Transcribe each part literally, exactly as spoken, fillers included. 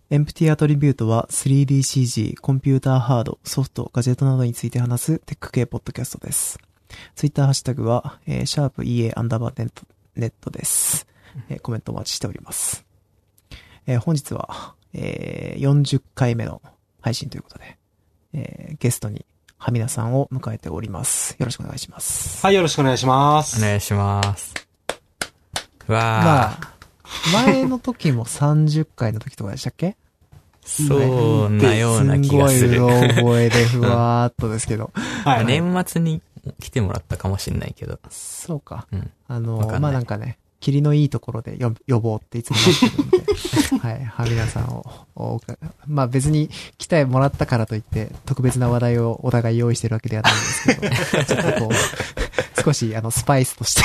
エムティー アトリビュートは スリーディーシージー、コンピューターハード、ソフト、ガジェットなどについて話すテック系ポッドキャストです。ツイッターハッシュタグは、えー、シャープ イーエー アンダーバーネット、ネットです。えー、コメントお待ちしております。えー、本日は、えー、よんじゅっかいめの配信ということで、えー、ゲストにはみなさんを迎えております。よろしくお願いします。 はい、よろしくお願いします。 お願いします。わー。 まあ、前の時もさんじゅっかいの時とかでしたっけ？ そうなような気がする。 すごいうろ覚えでふわーっとですけど。 はい、年末に来てもらったかもしれないけど。 そうか。 うん、 あの、まあ、なんかね、霧のいいところで呼ぼうっていつもなってるんで、はい、はみなさんを、まあ別に来てもらったからといって特別な話題をお互い用意してるわけではないんですけど、ちょっとこう、少しあのスパイスとして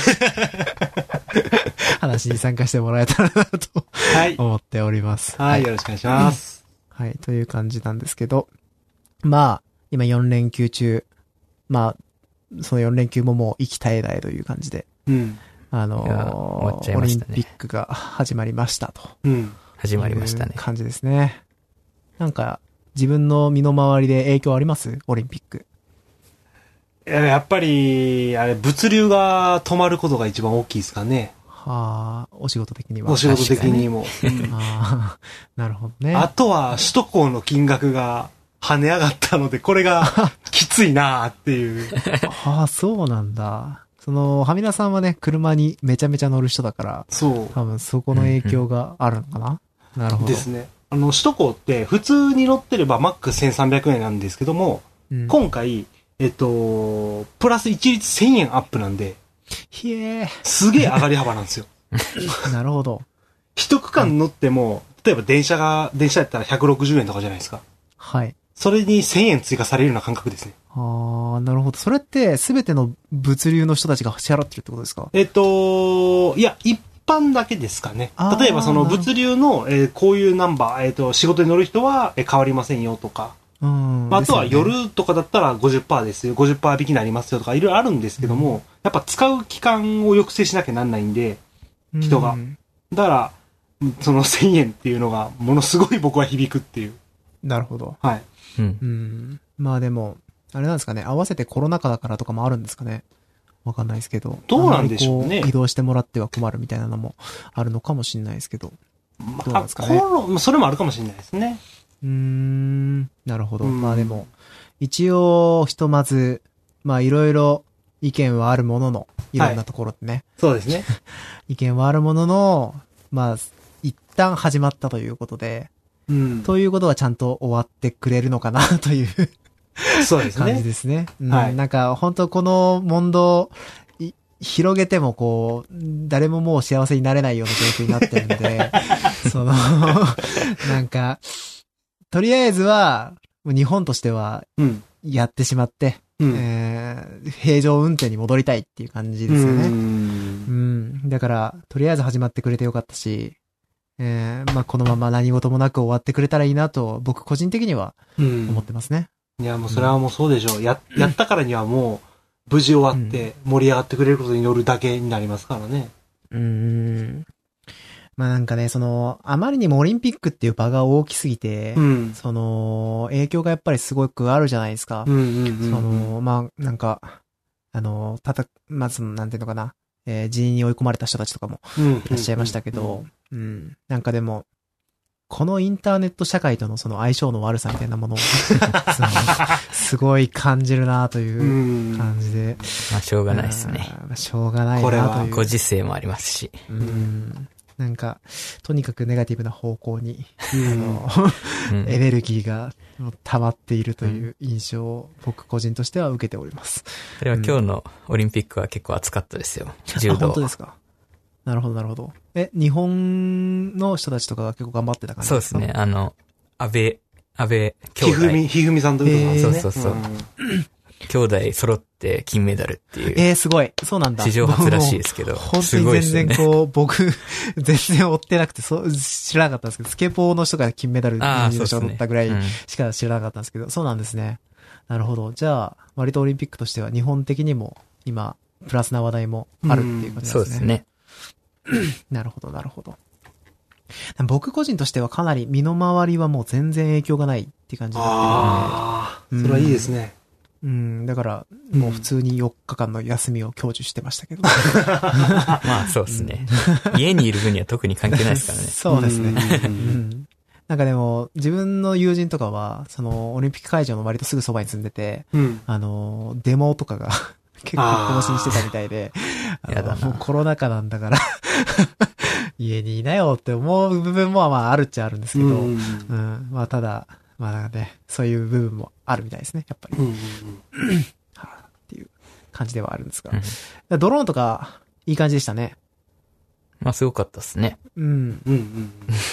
話に参加してもらえたらなと思っております。 はい、はい、よろしくお願いします。 はい、という感じなんですけど、まあ、今よん連休中、まあ、そのよん連休ももう息絶え絶えという感じで、 うん、 あのーね、オリンピックが始まりましたと。 うん。始まりましたね。 感じですね。なんか、自分の身の回りで影響あります？オリンピック。 やっぱり、あれ、物流が止まることが一番大きいですかね。 はあ、お仕事的には。 お仕事的にも。 ああ、なるほどね。 あとは、首都高の金額が跳ね上がったので、これがきついなーっていう。 はあ、そうなんだ。その、はみなさんはね、車にめちゃめちゃ乗る人だから、 そう。 多分そこの影響があるのかな、うん、なるほど。 ですね。あの、首都高って普通に乗ってればマックせんさんびゃくえんなんですけども、うん、今回、えっと、プラス一律せんえんアップなんで、 ひえー。 すげえ上がり幅なんですよ。 なるほど。 一区間乗っても、例えば電車が、電車やったらひゃくろくじゅうえんとかじゃないですか。 はい。 それにせんえん追加されるような感覚ですね。 ああ、なるほど。それってすべての物流の人たちが支払ってるってことですか？ えっと、いや、一般だけですかね。例えばその物流の、えー、こういうナンバー、えっと、仕事に乗る人は、えー、変わりませんよとか。 うん。 あとは夜とかだったら ごじゅっパーセント ですよ。ごじゅっパーセント引きになりますよとかいろいろあるんですけども、うん、やっぱ使う期間を抑制しなきゃなんないんで、人が。うん、だから、そのせんえんっていうのがものすごい僕は響くっていう。 なるほど。 はい。 うん。 うん、まあでも、あれなんですかね、合わせてコロナ禍だからとかもあるんですかね。わかんないですけど。 どうなんでしょうね。 移動してもらっては困るみたいなのもあるのかもしれないですけど。 まあ、どうなんですかね。コロ、それもあるかもしれないですね。 うーん、なるほど。まあでも、一応、ひとまず、まあいろいろ意見はあるものの、いろんなところでね。はい、 そうですね。 意見はあるものの、まあ、一旦始まったということで、 うん、 ということはちゃんと終わってくれるのかなというそうですね。 感じですね。うん、 はい。 なんか本当この問答広げてもこう誰ももう幸せになれないような状況になってるんで、そのなんかとりあえずは日本としてはやってしまって、うんえー、平常運転に戻りたいっていう感じですよね。うん、うん、だからとりあえず始まってくれてよかったし。えー、まあ、このまま何事もなく終わってくれたらいいなと、僕個人的には思ってますね。 うん、いや、もうそれはもうそうでしょう。や、やったからにはもう、無事終わって盛り上がってくれることによるだけになりますからね。 うーん。まあなんかね、その、あまりにもオリンピックっていう場が大きすぎて、うん、その、影響がやっぱりすごくあるじゃないですか。 うんうんうんうん、 その、まあ、なんか、あの、たた、まず、なんていうのかな。えー、人員に追い込まれた人たちとかもいらっしゃいましたけど、うん、うんうん、なんかでも、このインターネット社会とのその相性の悪さみたいなものをすごい感じるなという感じで。 まあしょうがないですね。 しょうがないなという。 これはご時世もありますし。 うん、なんか、とにかくネガティブな方向に、あの、うん、エネルギーが溜まっているという印象を僕個人としては受けております。 でも今日のオリンピックは結構熱かったですよ。柔道。 あ、本当ですか。なるほど、なるほど。え、日本の人たちとかが結構頑張ってた感じですか？ そうですね。あの、安倍、安倍兄弟。ひふみ、ひふみさんということなんですね。 そうそうそう。うん兄弟揃って金メダルっていう。 えー、すごい。そうなんだ。 史上初らしいですけど。 本当に全然こう、僕、全然追ってなくて、そう、知らなかったんですけど、スケボーの人が金メダル優勝取ったぐらいしか知らなかったんですけど、そうなんですね。なるほど。じゃあ、割とオリンピックとしては日本的にも今、プラスな話題もあるっていうことですね。 そうですね。 なるほど、なるほど。 僕個人としてはかなり身の回りはもう全然影響がないっていう感じになってるので。 ああ、それはいいですね。 うん、だから、もう普通によっかかんの休みを享受してましたけど。 まあそうですね。家にいる分には特に関係ないですからね。 そうですね。 ううんんなんかでも、自分の友人とかは、その、オリンピック会場の割とすぐそばに住んでて、 うん。 あの、デモとかが結構更新してたみたいで、あのやだなもうコロナ禍なんだから家にいなよって思う部分もまああるっちゃあるんですけど、 ううんん、まあただ、まあなんかね、そういう部分もあるみたいですね、やっぱり。 うんうんはあっていう感じではあるんですが。 うんドローンとか、いい感じでしたね。 まあすごかったですね。 うん。 うんうん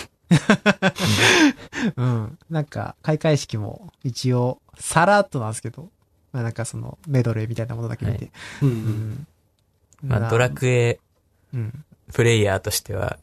うん。なんか、開会式も一応、さらっとなんですけど、まあなんかその、メドレーみたいなものだけ見て。 うんううんん。 まあドラクエうん。 プレイヤーとしては、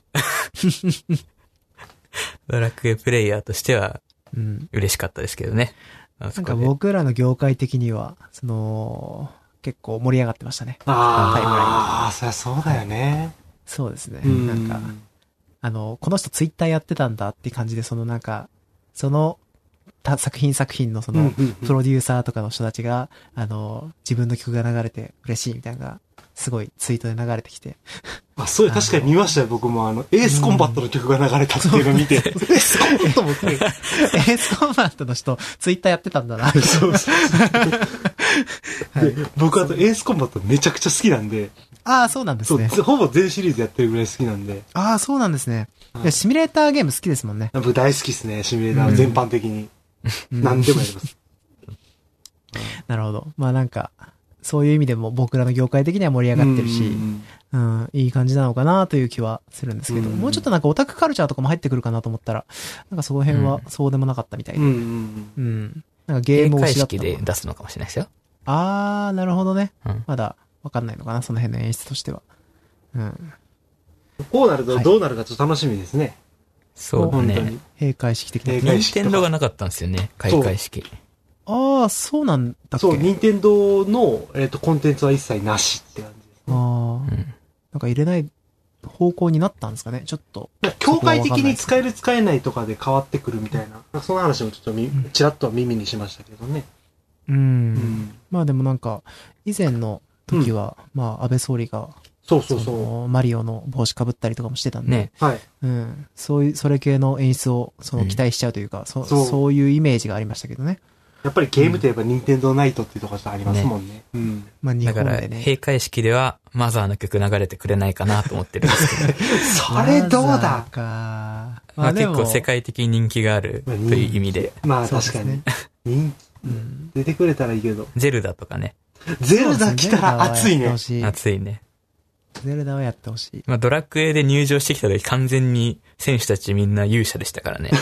ドラクエプレイヤーとしてはうん。 嬉しかったですけどね。あなんかそこで僕らの業界的には、その、結構盛り上がってましたね。 ああ、そりゃそうだよね。 そうですね。 うんなんか、あの、この人ツイッターやってたんだって感じで、そのなんか、その、た作品作品のその、プロデューサーとかの人たちが、あの、自分の曲が流れて嬉しいみたいなのが、すごいツイートで流れてきて。 あ、そういう、確かに見ましたよ、僕も。あの、エースコンバットの曲が流れたっていうのを見て。エースコンバットも来る。 エースコンバットの人、ツイッターやってたんだな。 そうそう。で僕あとエースコンバットめちゃくちゃ好きなんで、 ああ、そうなんですそう、 ね。 ほぼ全シリーズやってるぐらい好きなんで。 ああ、そうなんですね。 はいいや、シミュレーターゲーム好きですもんね。 僕大好きですね、シミュレーターは全般的に。 うん何でもやります。 なるほど。まあなんか、そういう意味でも僕らの業界的には盛り上がってるし、 うんうん、いい感じなのかなという気はするんですけど、 うんもうちょっとなんかオタクカルチャーとかも入ってくるかなと思ったら、なんかその辺はそうでもなかったみたいで。 うんううん。 んなんかゲーム推閉会しだったの式で出すのかもしれないですよ。 あー、なるほどね。 うんまだわかんないのかな、その辺の演出としては。うん。 うん。こうなるとどうなるかちょっと楽しみですね。 そう本当ねに。。 閉会式的な。 閉会任天堂がなかったんですよね、開会式。 あー、そうなんだっけ。 そう、任天堂の、えっと、コンテンツは一切なしって感じですあね。 ー、 うん。 なんか入れない方向になったんですかね、ちょっと。 協会的に使える使えないとかで変わってくるみたいな、なんかその話もちょっとみ、ちらっとは耳にしましたけどね。 うん。 うん。 まあでもなんか、以前の時は、まあ安倍総理が、 そうそうそのマリオの帽子かぶったりとかもしてたんで、 ね。 う。はい。 うん。そういう、それ系の演出を、その期待しちゃうというか、そそうそういうイメージがありましたけどね。 やっぱりゲームといえば任天堂ナイトっていうところがありますもんね。うん。 まあ日だから、 本でね。 閉会式ではマザーの曲流れてくれないかなと思ってるんですけど。 それどうマザだーか。 まあでも結構世界的に人気があるという意味で、 まあそうです確かにね。 人うん。 出てくれたらいいけど。 ゼルダとかね、 ゼルダ来たら熱いね。 ゼ熱いね。 ルダはやってほしい。 まあドラクエで入場してきた時完全に選手たちみんな勇者でしたからね。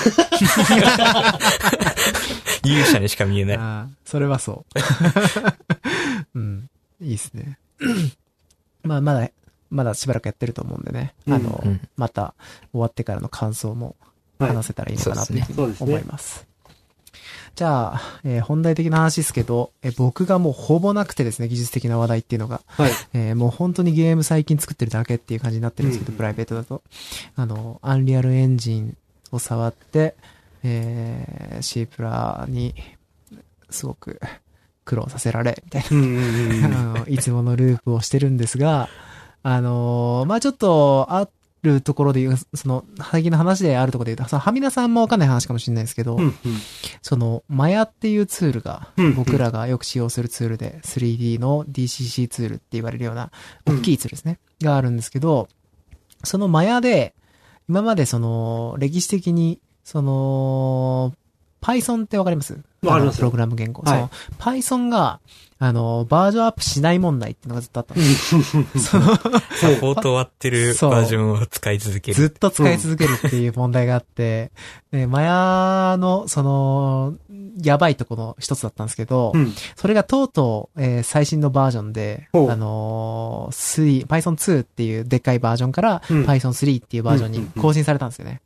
勇者にしか見えない。 ああ、それはそう。うん。いいですね。まあ、まだ、まだしばらくやってると思うんでね。あの、 うんうんまた終わってからの感想もはい話せたらいいのかなというふうにそうですね思います。じゃあ、えー本題的な話ですけど、えー僕がもうほぼなくてですね、技術的な話題っていうのが、 はい。 えーもう本当にゲーム最近作ってるだけっていう感じになってるんですけど、 うんプライベートだと。あの、アンリアルエンジンを触って、えー、C プラに、すごく苦労させられ、みたいな。 うんうんうんあのいつものループをしてるんですが、あのーまあ、ちょっと、あるところで言う、その、最近の話であるところで言うと、その、はみなさんもわかんない話かもしれないですけど、 うんうんその、マヤっていうツールがうんうん、 僕らがよく使用するツールで、スリーディー の ディーシーシー ツールって言われるような、大きいツールですね、があるんですけど、そのマヤで、今までその、歴史的に、その、Python ってわかりますわかりますあのプログラム言語。 はいその Python が、あの、バージョンアップしない問題っていうのがずっとあったんですそのサポート終わってるそうバージョンを使い続ける。 ずっと使い続けるっていう問題があって、でマヤの、その、やばいとこの一つだったんですけど、 うんそれがとうとう、えー最新のバージョンで、あほうのー、スリー、パイソンツー っていうでっかいバージョンから、 うんパイソンスリー っていうバージョンに更新されたんですよね。 うん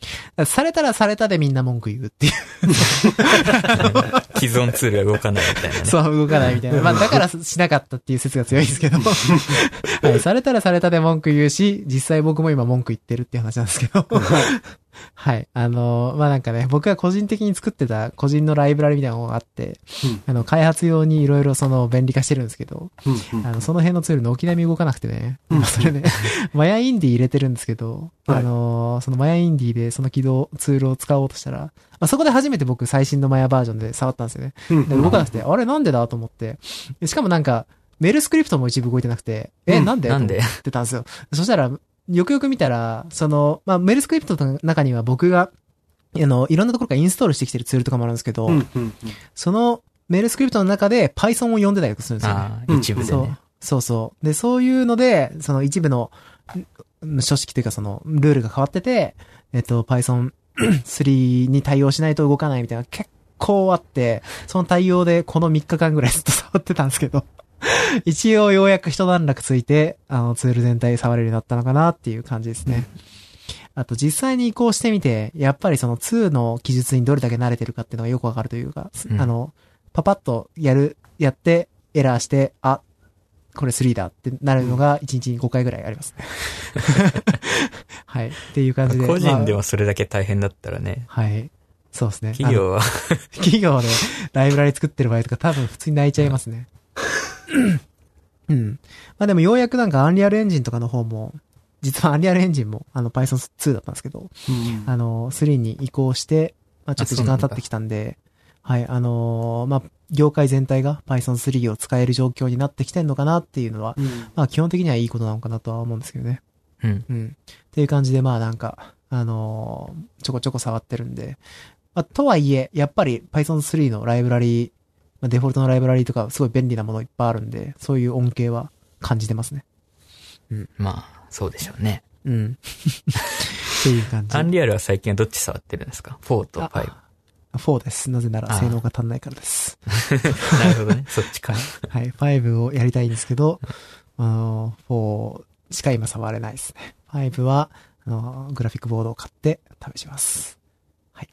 されたらされたでみんな文句言うっていう。 既存ツールが動かないみたいなね。 そう、動かないみたいな。まあ、だからしなかったっていう説が強いですけど。はい、されたらされたで文句言うし、実際僕も今文句言ってるっていう話なんですけど。はい。あの、まあ、なんかね、僕が個人的に作ってた個人のライブラリみたいなのがあって、うん、あの、開発用にいろいろその便利化してるんですけど、うんうん、あの、その辺のツール軒並み動かなくてね、うん、それね、マヤインディ入れてるんですけど、はい、あの、そのマヤインディでその起動ツールを使おうとしたら、まあ、そこで初めて僕最新のマヤバージョンで触ったんですよね。うん、で動かなくて、あれなんでだと思って、しかもなんか、メールスクリプトも一部動いてなくて、え、うん、なんでなんでって言ってたんですよ。そしたら、よくよく見たら、その、まあ、メールスクリプトの中には僕が、あの、いろんなところからインストールしてきてるツールとかもあるんですけど、うんうんうん、そのメールスクリプトの中で Python を読んでたりとかするんですよね。 ああ、一部でね、 そう。そうそう。で、そういうので、その一部の書式というかそのルールが変わってて、えっと、Python スリーに対応しないと動かないみたいな結構あって、その対応でこのみっかかんぐらいずっと触ってたんですけど、一応ようやく一段落ついて、あのツール全体触れるようになったのかなっていう感じですね。あと実際に移行してみて、やっぱりそのツーの記述にどれだけ慣れてるかっていうのがよくわかるというか、うん、あの、パパッとやる、やって、エラーして、あ、これスリーだってなるのがいちにちにごかいぐらいありますね。はい。っていう感じで。 個人でもそれだけ大変だったらね。 まあ、はい。そうですね。 企業は。 企業でライブラリ作ってる場合とか多分普通に泣いちゃいますね。うん。まあでもようやくなんかアンリアルエンジンとかの方も、実はアンリアルエンジンもあの パイソンツーだったんですけど、うん、あのスリーに移行して、まあちょっと時間経ってきたんで、はい、あのー、まあ業界全体が パイソンスリーを使える状況になってきてんのかなっていうのは、うん、まあ基本的にはいいことなのかなとは思うんですけどね。 うん。 うん。っていう感じでまあなんか、あのー、ちょこちょこ触ってるんで、まあとはいえ、やっぱり パイソンスリーのライブラリー、まあ、デフォルトのライブラリーとかすごい便利なものいっぱいあるんで、そういう恩恵は感じてますね。 うん。まあ、そうでしょうね。 うん。っていう感じ。 アンリアルは最近はどっち触ってるんですか ?フォー とファイブ。 フォーです。なぜなら性能が足んないからです。 なるほどね。そっちか。 はい。ファイブをやりたいんですけど、あの、フォーしか今触れないですね。ファイブは、あの、グラフィックボードを買って試します。はい。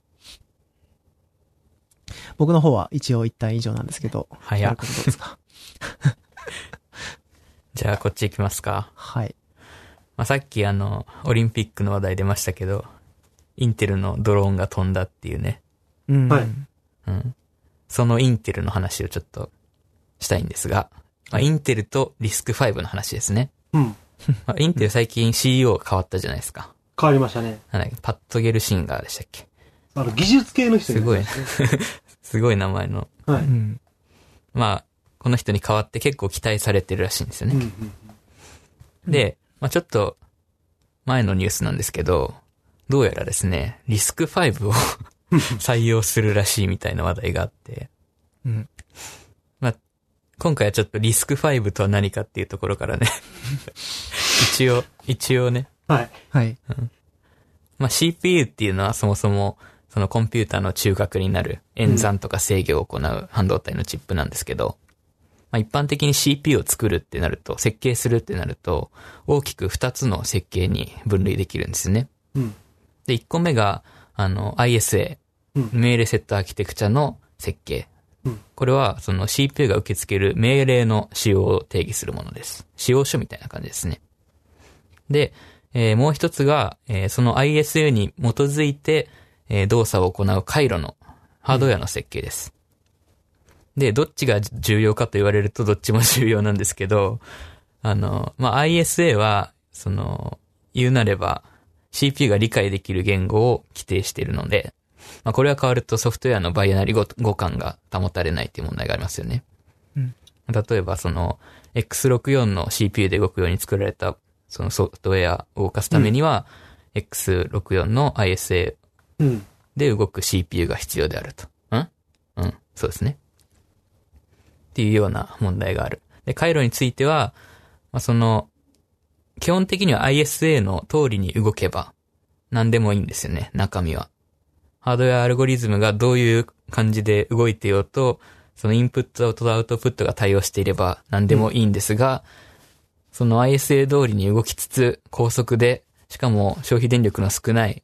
僕の方は一応一旦以上なんですけど。 早っ。 どうですかじゃあこっち行きますか。 はい。 まあ、さっきあの、オリンピックの話題出ましたけど、インテルのドローンが飛んだっていうね。 うん。はい。 うん。そのインテルの話をちょっとしたいんですが、まあ、インテルとリスクファイブの話ですね。 うん。 まあ、インテル最近 シーイーオー が変わったじゃないですか。 変わりましたね。 なんだっけ、パッドゲルシンガーでしたっけ。 あの、技術系の人すごい、すごい名前の。 はい。 まあ、この人に代わって結構期待されてるらしいんですよね。 うんうんうん、で、まあちょっと前のニュースなんですけど、どうやらですね、リスクファイブを採用するらしいみたいな話題があって、 うん、 まあ今回はちょっとリスクファイブとは何かっていうところからね、一応、一応ね。 はい。 はい。 うん、まあ シーピーユー っていうのはそもそもそのコンピューターの中核になる演算とか制御を行う半導体のチップなんですけど、まあ、一般的に シーピーユー を作るってなると、設計するってなると、大きく二つの設計に分類できるんですね。 うん、 で、一個目が、あの、アイエスエー、うん、命令セットアーキテクチャの設計。 うん、 これは、その シーピーユー が受け付ける命令の仕様を定義するものです。仕様書みたいな感じですね。で、えー、もう一つが、えー、その アイエスエー に基づいて、えー、動作を行う回路のハードウェアの設計です。うん、で、どっちが重要かと言われるとどっちも重要なんですけど、あの、まあ、アイエスエー は、その、言うなれば シーピーユー が理解できる言語を規定しているので、まあ、これが変わるとソフトウェアのバイナリ互換が保たれないという問題がありますよね。 うん、 例えば、その、エックスろくじゅうよん の シーピーユー で動くように作られたそのソフトウェアを動かすためには、うん、エックスろくじゅうよん の アイエスエー で動く シーピーユー が必要であると。うんうん、そうですね。っていうような問題がある。で、回路については、まあ、その、基本的には アイエスエー の通りに動けば何でもいいんですよね、中身は。ハードウェアアルゴリズムがどういう感じで動いてようと、そのインプットとアウトプットが対応していれば何でもいいんですが、うん、その アイエスエー 通りに動きつつ高速で、しかも消費電力の少ない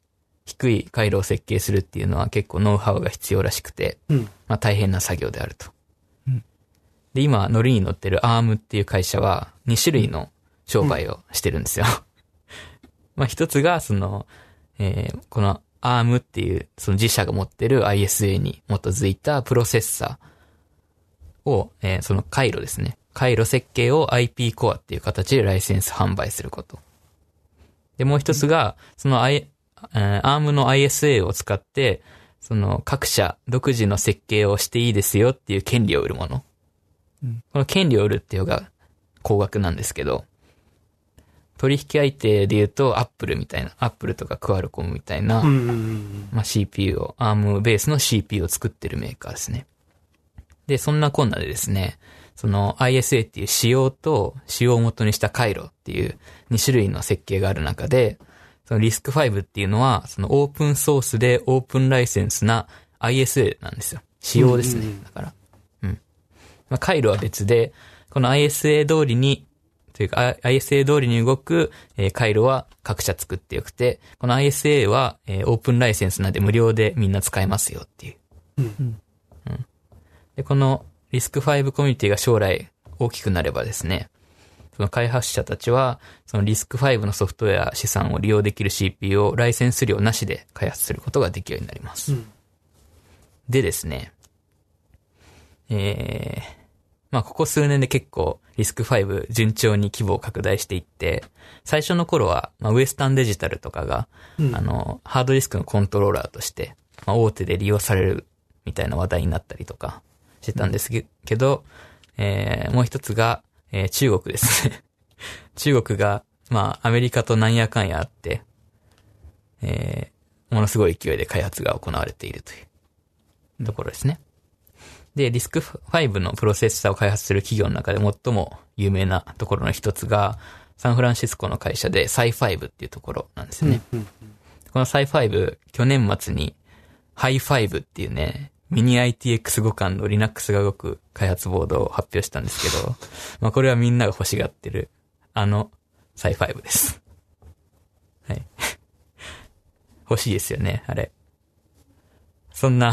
低い回路を設計するっていうのは結構ノウハウが必要らしくて、うん、まあ大変な作業であると。うん、で、今、乗りに乗ってる アーム っていう会社はに種類の商売をしてるんですよ。うん、まあ一つが、その、えー、この アーム っていうその自社が持ってる アイエスエー に基づいたプロセッサーを、えー、その回路ですね。回路設計を アイピー コアっていう形でライセンス販売すること。で、もう一つが、その I、アーム の アイエスエー を使って、その各社独自の設計をしていいですよっていう権利を売るもの。うん、この権利を売るっていうのが高額なんですけど、取引相手で言うと Apple みたいな、Apple とかクアルコムみたいな、まあ、シーピーユー を、アーム ベースの シーピーユー を作ってるメーカーですね。で、そんなこんなでですね、その アイエスエー っていう仕様と仕様を元にした回路っていうに種類の設計がある中で、そのリスクファイブっていうのは、そのオープンソースでオープンライセンスな アイエスエー なんですよ。仕様ですね。だから。うん。まあ、回路は別で、この アイエスエー 通りに、というか アイエスエー 通りに動く、えー、回路は各社作ってよくて、この アイエスエー は、えー、オープンライセンスなんで無料でみんな使えますよっていう。うん。うん。で、このリスクファイブコミュニティが将来大きくなればですね、その開発者たちは、そのリスクファイブのソフトウェア資産を利用できる シーピーユー をライセンス料なしで開発することができるようになります。うん、でですね、えー、まあここ数年で結構リスクファイブ順調に規模を拡大していって、最初の頃は、まあ、ウエスタンデジタルとかが、うん、あの、ハードディスクのコントローラーとして、まあ、大手で利用されるみたいな話題になったりとかしてたんですけど、うん、えー、もう一つが、えー、中国ですね。中国が、まあ、アメリカとなんやかんやあって、えー、ものすごい勢いで開発が行われているというところですね。で、リスクファイブのプロセッサーを開発する企業の中で最も有名なところの一つが、サンフランシスコの会社でサイファイブっていうところなんですよね。うんうんうん、このサイファイブ、去年末にハイファイブっていうね、ミニ アイティーエックス互換の Linux が動く開発ボードを発表したんですけど、まあこれはみんなが欲しがってる、あのサイファイブです。はい。欲しいですよね、あれ。そんな、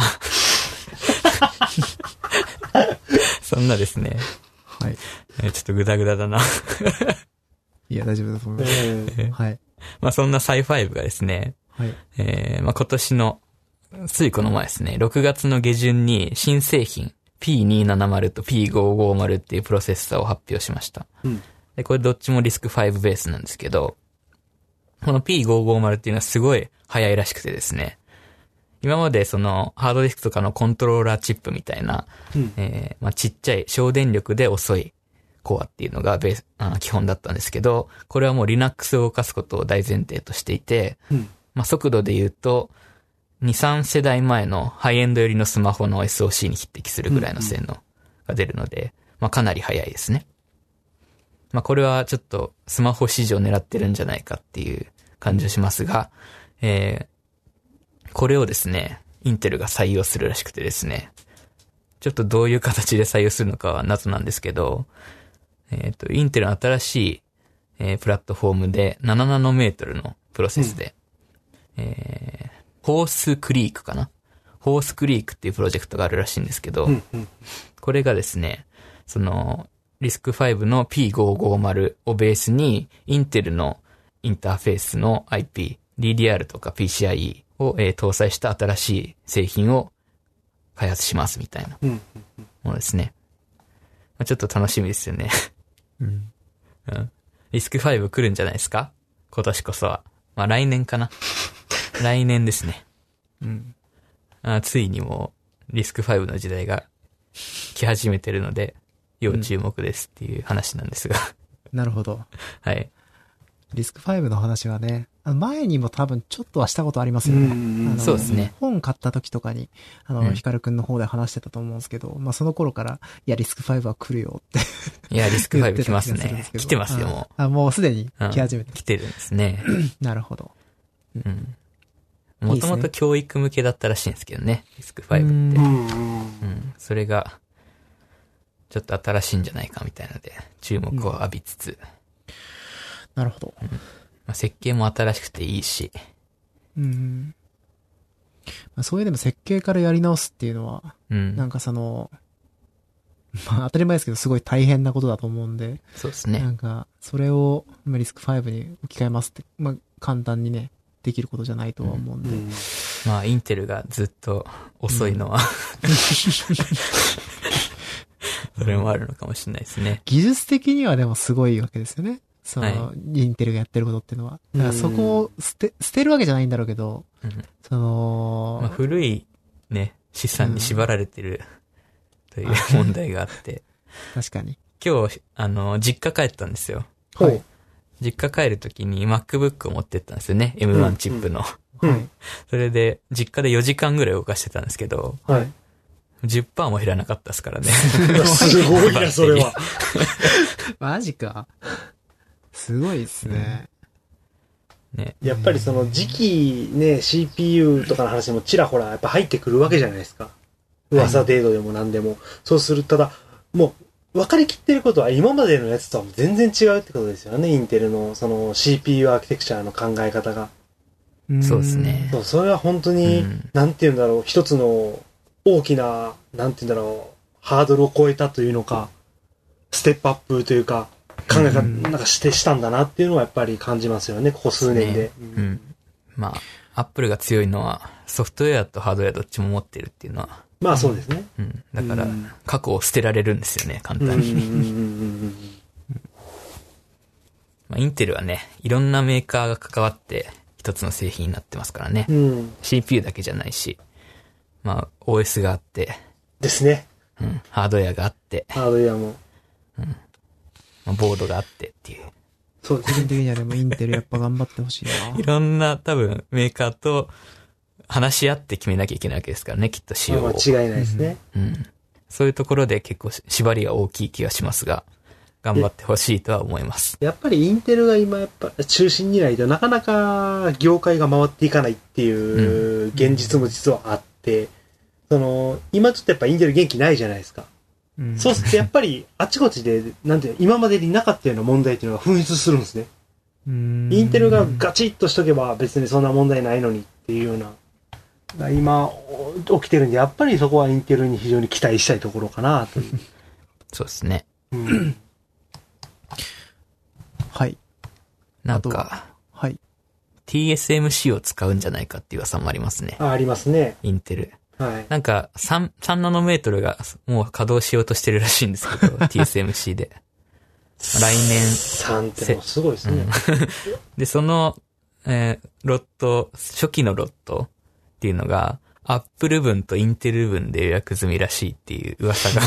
そんなですね。 はい。 ちょっとグダグダだな。 いや、大丈夫だと思います。えー、はい。 まあそんなサイファイブがですね、はい。えー、まあ今年の、ついこの前ですね、ろくがつの下旬に新製品 ピーにひゃくななじゅう と ピーごひゃくごじゅう っていうプロセッサーを発表しました。うん、で、これどっちもリスクファイブベースなんですけど、この ピーごひゃくごじゅう っていうのはすごい速いらしくてですね、今までそのハードディスクとかのコントローラーチップみたいな、うんえーまあ、ちっちゃい省電力で遅いコアっていうのがベースあ基本だったんですけど、これはもう Linux を動かすことを大前提としていて、うんまあ、速度で言うとに、さん世代前のハイエンド寄りのスマホの エスオーシー に匹敵するぐらいの性能が出るので、うんうん、まあかなり速いですね。まあこれはちょっとスマホ市場を狙ってるんじゃないかっていう感じがしますが、えー、これをですね、インテルが採用するらしくてですね、ちょっとどういう形で採用するのかは謎なんですけど、えっと、インテルの新しい、えー、プラットフォームでななナノメートルのプロセスで、うん、えーホースクリークかなホースクリークっていうプロジェクトがあるらしいんですけど、うんうん、これがですね、その、リスクファイブの ピーごひゃくごじゅう をベースに、インテルのインターフェースの アイピー、ディーディーアール とか ピーシーアイイー を、えー、搭載した新しい製品を開発しますみたいなものですね。まあ、ちょっと楽しみですよね、うんうん。リスクファイブ来るんじゃないですか今年こそは。まあ来年かな。来年ですね。うん。あついにもうリスクファイブの時代が来始めてるので、要注目ですっていう話なんですが、 うん。なるほど。 はい。 リスクファイブの話はね、前にも多分ちょっとはしたことありますよね。うんあのそうですね。 本買った時とかに、あの、うん、ヒカルくんの方で話してたと思うんですけど、まあその頃から、いや、リスクファイブは来るよって。 いや、リスクファイブ来ますね。来てますよ、もう。 あ、もうすでに来始めて、 うん。来てるんですね。 なるほど。 うん。もともと教育向けだったらしいんですけどね、リスクファイブって。うん、うん。それが、ちょっと新しいんじゃないかみたいなので、注目を浴びつつ。うん、 なるほど。 うんまあ、設計も新しくていいし、 うんそういうでも設計からやり直すっていうのは、 うん。 なんかその、まあ当たり前ですけどすごい大変なことだと思うんで。 そうですね。 なんか、それをリスクファイブに置き換えますって、まあ簡単にね、できることじゃないとは思うんで。うん、 まあインテルがずっと遅いのは、うん、それもあるのかもしれないですね。 技術的にはでもすごいわけですよね。その、はい、インテルがやってることっていうのは。だからそこを捨て、捨てるわけじゃないんだろうけど、うん、その、 まあ、古いね、資産に縛られてる、という問題があって。 確かに。 今日、あの、実家帰ったんですよ。 はい。 実家帰るときに MacBook を持ってったんですよね。エムワン チップの。 うんうん、はい。 それで、実家でよじかんぐらい動かしてたんですけど、 はい。 じゅっパーセント も減らなかったですからね。 すごいな、それは。 マジか。すごいですね。 うん、ね。 やっぱりその時期ね、シーピーユー とかの話もちらほらやっぱ入ってくるわけじゃないですか。噂程度でも何でも。はい、そうする、ただ、もう、分かりきってることは今までのやつとは全然違うってことですよね。インテルのその シーピーユー アーキテクチャの考え方が。 そうですね。 そう、それは本当に、なんて言うんだろう、一つの大きな、なんて言うんだろう、ハードルを超えたというのか、ステップアップというか、考え方、なんかして、したんだなっていうのはやっぱり感じますよね、ここ数年で。 うん。まあ、アップルが強いのは、ソフトウェアとハードウェアどっちも持ってるっていうのは。 まあそうですね。 うん。だから、過去を捨てられるんですよね、簡単に。まあ、インテルはね、いろんなメーカーが関わって一つの製品になってますからね。 うん、 シーピーユー だけじゃないし、まあ オーエス があって。 ですね。 うん。ハードウェアがあって。 ハードウェアも。 うん。まあ、ボードがあってっていう。 そうです。個人的にはでもインテルやっぱ頑張ってほしいな。 いろんな多分メーカーと話し合って決めなきゃいけないわけですからね、きっと仕様を。 間違いないですね。 うん。うん。そういうところで結構縛りが大きい気がしますが、頑張ってほしいとは思います。 やっぱりインテルが今やっぱ中心にないとなかなか業界が回っていかないっていう現実も実はあって、うん、その、今ちょっとやっぱインテル元気ないじゃないですか。うん、そうするとやっぱりあちこちで、なんていう今までになかったような問題っていうのが噴出するんですね。 うん、 インテルがガチッとしとけば別にそんな問題ないのにっていうような。今起きてるんで、やっぱりそこはインテルに非常に期待したいところかなという。 そうですね。 うん、 はい。 なんか、 はい。 ティーエスエムシー を使うんじゃないかっていう噂もありますね。 あ、ありますね。 インテル。 はい。 なんか、3、3ナノメートルがもう稼働しようとしてるらしいんですけど、ティーエスエムシー で。来年。 さんってもうすごいですね。 うん、で、その、えー、ロット、初期のロットっていうのが、アップル分とインテル分で予約済みらしいっていう噂が。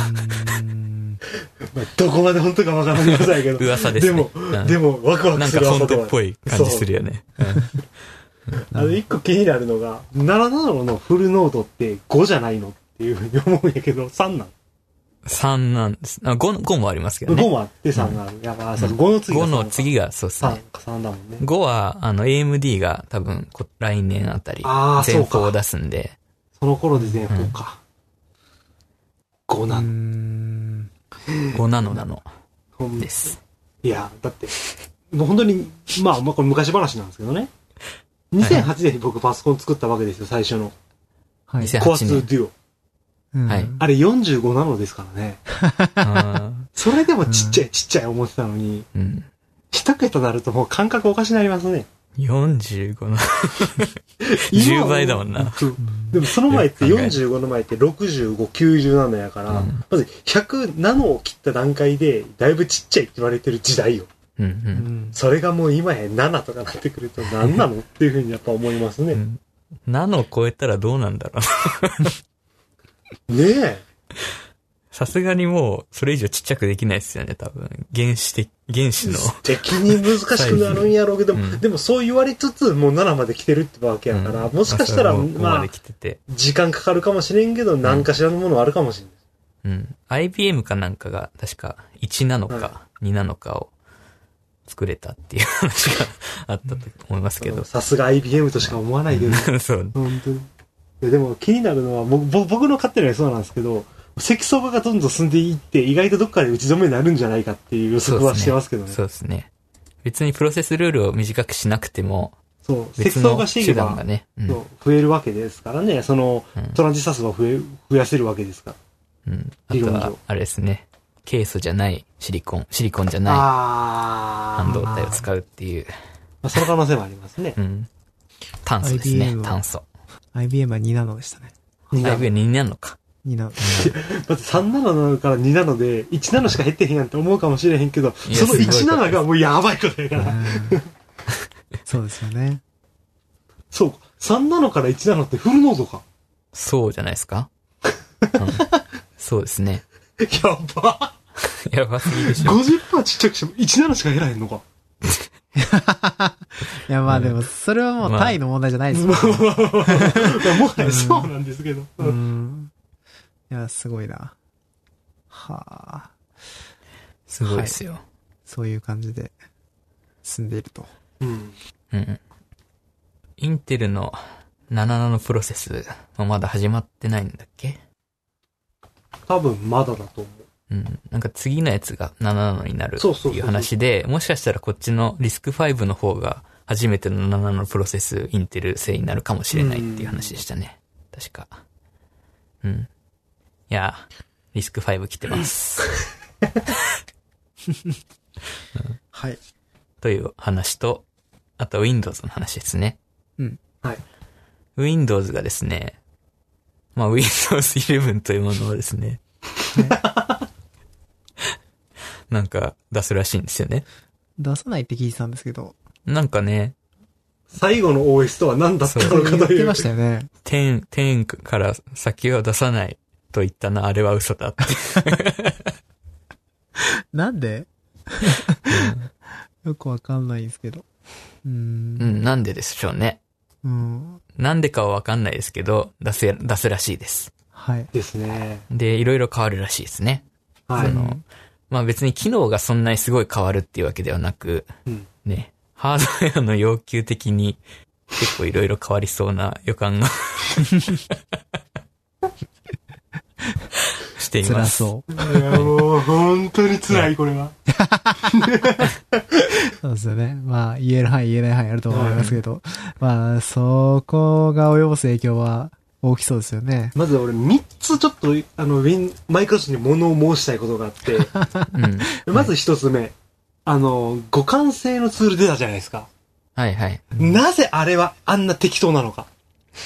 どこまで本当かわからないけど。 噂ですね。 でも、うん、でも、ワクワクするなんか本当っぽい感じするよね。 あの、一個気になるのが、ななナノのフルノードってごじゃないのっていうふうに思うんやけど、さんなんさんなんです。あ 5, 5もありますけどね。 ごもあってさんがある。うん、やっぱ、そのごの次がごの次が、そうですね。 さんだもんね。 ごは、あの、エーエムディー が多分、来年あたり、全法を出すんで。 その頃で全法か。うん、ごナノ。 ごナノなの。です。 いや、だって、もう本当に、まあ、まあ、これ昔話なんですけどね。にせんはちねんに僕パソコン作ったわけですよ、最初の。 はい。 コアツーデュオ。 はい。 あれよんじゅうごナノですからね。それでもちっちゃいちっちゃい思ってたのに、 うん。 一桁なるともう感覚おかしになりますね。 よんじゅうごナノ。じゅうばいだもんな。 でもその前ってよんじゅうごの前ってろくじゅうご、きゅうじゅうナノやから、うん、まずひゃくナノを切った段階でだいぶちっちゃいって言われてる時代よ。 うんうん、 それがもう今やななとかなってくると何なのっていうふうにやっぱ思いますね。うん、 ナノを超えたらどうなんだろう。ねえ。 さすがにもう、それ以上ちっちゃくできないですよね、多分。原子的、原子の。 的に難しくなるんやろうけど、うん、でもそう言われつつ、もうななまで来てるってわけやから、うん、もしかしたら、まあ、時間かかるかもしれんけど、何かしらのものはあるかもしれない。うん。アイビーエム かなんかが、確かいちナノかにナノかを作れたっていう話があったと思いますけど。 さすが アイビーエム としか思わないけど。 そう。 本当に。いやでも気になるのは、僕の勝手な予想なんですけど、積相場がどんどん進んでいって、意外とどっかで打ち止めになるんじゃないかっていう予測はしてますけどね。 そうですね。別にプロセスルールを短くしなくても、 そう、積層がしていけば、 ねうん、 そう増えるわけですからね。その、うん、トランジスタ数は増え、増やせるわけですから。 うん。あとは、あれですね。ケイ素じゃないシリコン、シリコンじゃない半導体を使うっていう。 まあ、その可能性もありますね。 うん。炭素ですね、炭素。 アイビーエム はにナノでしたね。 アイビーエム にナノか。 にナノ。 だってさんナノなのからにナノでいちナノしか減ってへんやんって思うかもしれへんけど、そのいちナノがもうやばいことやから。 そうですよね。 そう。さんナノからいちナノってフルノードか。 そうじゃないですか、うん、そうですね。 やば。 やばすぎでしょ。 ごじゅっパーセント ちっちゃくしてもいちナノしか減らへんのか。 いや、まあでも、それはもう単位の問題じゃないですよ、ね。 まあ、もはやそうなんですけど。 うん。うんいや、すごいな。はあ。 すごいですよ、はい。 そういう感じで進んでいると。 うん。 うん。インテルのななナノプロセスはまだ始まってないんだっけ？ 多分まだだと思う。 うん。なんか次のやつがななナノになるっていう話で、もしかしたらこっちのリスクファイブの方が初めてのななナノプロセスインテル製になるかもしれないっていう話でしたね。確か。うん。いや、リスクファイブ来てます。 うん、はい。 という話と、あと Windows の話ですね。 うん。 はい。 Windows がですね、まあ Windows イレブンというものをですね、はい、なんか出すらしいんですよね。 出さないって聞いてたんですけど。 なんかね、 最後の オーエス とは何だったのかという。 言ってましたよね。 じゅう、じゅうから先は出さないと言ったな、あれは嘘だって。 なんで、うん、よくわかんないんですけど。うーん。 うん、なんででしょうね。 うん。 なんでかはわかんないですけど、出せ、出すらしいです。 はい。 ですね。 で、いろいろ変わるらしいですね。 はい。 その、まあ別に機能がそんなにすごい変わるっていうわけではなく、 うん、 ね、ハードウェアの要求的に結構いろいろ変わりそうな予感がしています。 辛そう。 いやもう本当に辛いこれは。 そうですよね。まあ言える範囲言えない範囲あると思いますけど、はい、まあそこが及ぼす影響は大きそうですよね。 まず俺みっつちょっとあのウィンマイクロソフトに物を申したいことがあって、うん、まずひとつめ、あの互換性のツール出たじゃないですか。 はいはい。 なぜあれはあんな適当なのか。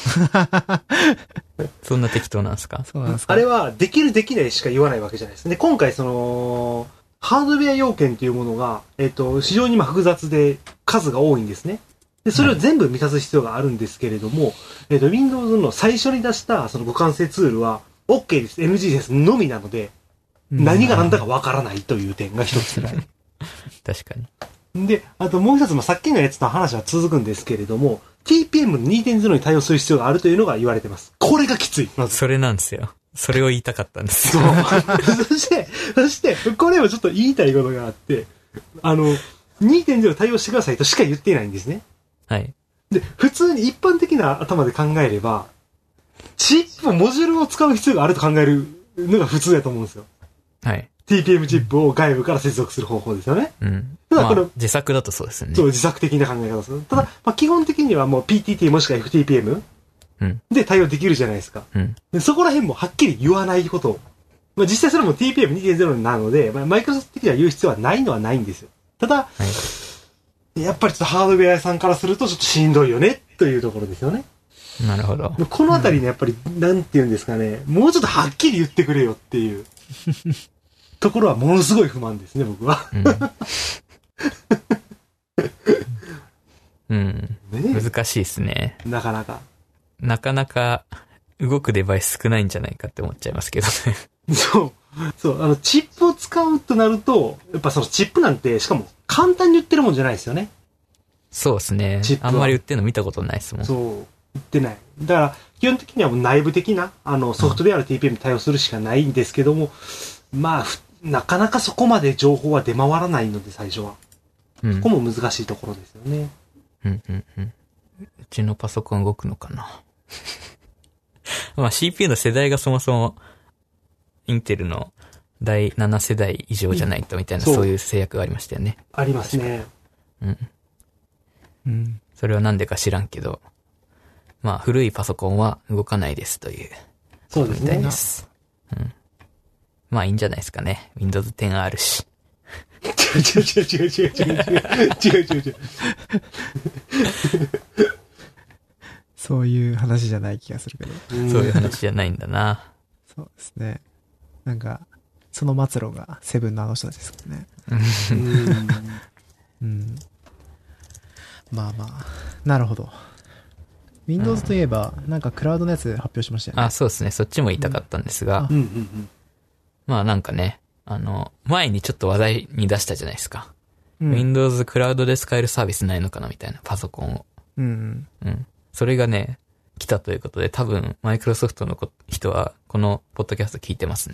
そんな適当なんですか？ そうなんですか。 あれはできるできないしか言わないわけじゃないです。で、今回その、ハードウェア要件というものが、えっと、非常にまあ複雑で数が多いんですね。で、それを全部満たす必要があるんですけれども、はい、えっと、Windows の最初に出したその互換性ツールは、OK です、エヌジー ですのみなので、うん、何が何だかわからないという点が一つ。 確かに。で、あともう一つ、まあ、さっきのやつの話は続くんですけれども、ティーピーエムにてんゼロ に対応する必要があるというのが言われてます。これがきつい。まず。 それなんですよ。それを言いたかったんですよ。そう。そして、そして、これはちょっと言いたいことがあって、あの、にてんゼロ 対応してくださいとしか言っていないんですね。 はい。 で、普通に一般的な頭で考えれば、チップ、モジュールを使う必要があると考えるのが普通だと思うんですよ。 はい。 ティーピーエム チップを外部から接続する方法ですよね。 うん。ただこれ、まあ、自作だとそうですよね。 そう、自作的な考え方です。ただ、まあ、基本的にはもう ピーティーティー もしくは エフティーピーエムうん、 で対応できるじゃないですか。 うん、 でそこら辺もはっきり言わないことを。まあ、実際それも ティーピーエムにてんゼロ なので、まあ、マイクロソフト的には言う必要はないのはないんですよ。ただ、はい、やっぱりちょっとハードウェア屋さんからするとちょっとしんどいよね、というところですよね。 なるほど。 このあたりね、やっぱり、なんて言うんですかね、もうちょっとはっきり言ってくれよっていう。ところはものすごい不満ですね、僕は。 うん。うん、難しいですね。 なかなか。 なかなか動くデバイス少ないんじゃないかって思っちゃいますけどね。 そう。そう。あの、チップを使うとなると、やっぱそのチップなんて、しかも簡単に売ってるもんじゃないですよね。 そうですね。あんまり売ってるの見たことないですもん。 そう。売ってない。だから、基本的にはもう内部的な、あの、ソフトウェアの ティーピーエム に対応するしかないんですけども、うん、まあ、なかなかそこまで情報は出回らないので、最初は。うん、そこも難しいところですよね。 うんうんうん。うちのパソコン動くのかな。まあ シーピーユー の世代がそもそも、インテルのだいなな世代以上じゃないとみたいな、うん、そういう制約がありましたよね。 ありますね。 うん。 うん。 それはなんでか知らんけど、まあ古いパソコンは動かないですという。 そうですね。 みたいです。うん。まあいいんじゃないですかね。ウィンドウズテン あるし。 違う違う違う違う違う違う違う違う違う。 そういう話じゃない気がするけど。 そういう話じゃないんだな。 そうですね。なんか、その末路がセブンのあの人たちですからね。うん。まあまあ、なるほど。Windows といえば、なんかクラウドのやつ発表しましたよね。 あ、そうですね。そっちも言いたかったんですが。 うんうんうん、 まあなんかね、あの、前にちょっと話題に出したじゃないですか。 うん、 Windows クラウドで使えるサービスないのかなみたいな、パソコンを。 うん。 うん。それがね、来たということで、多分、マイクロソフトの人は、このポッドキャスト聞いてますね。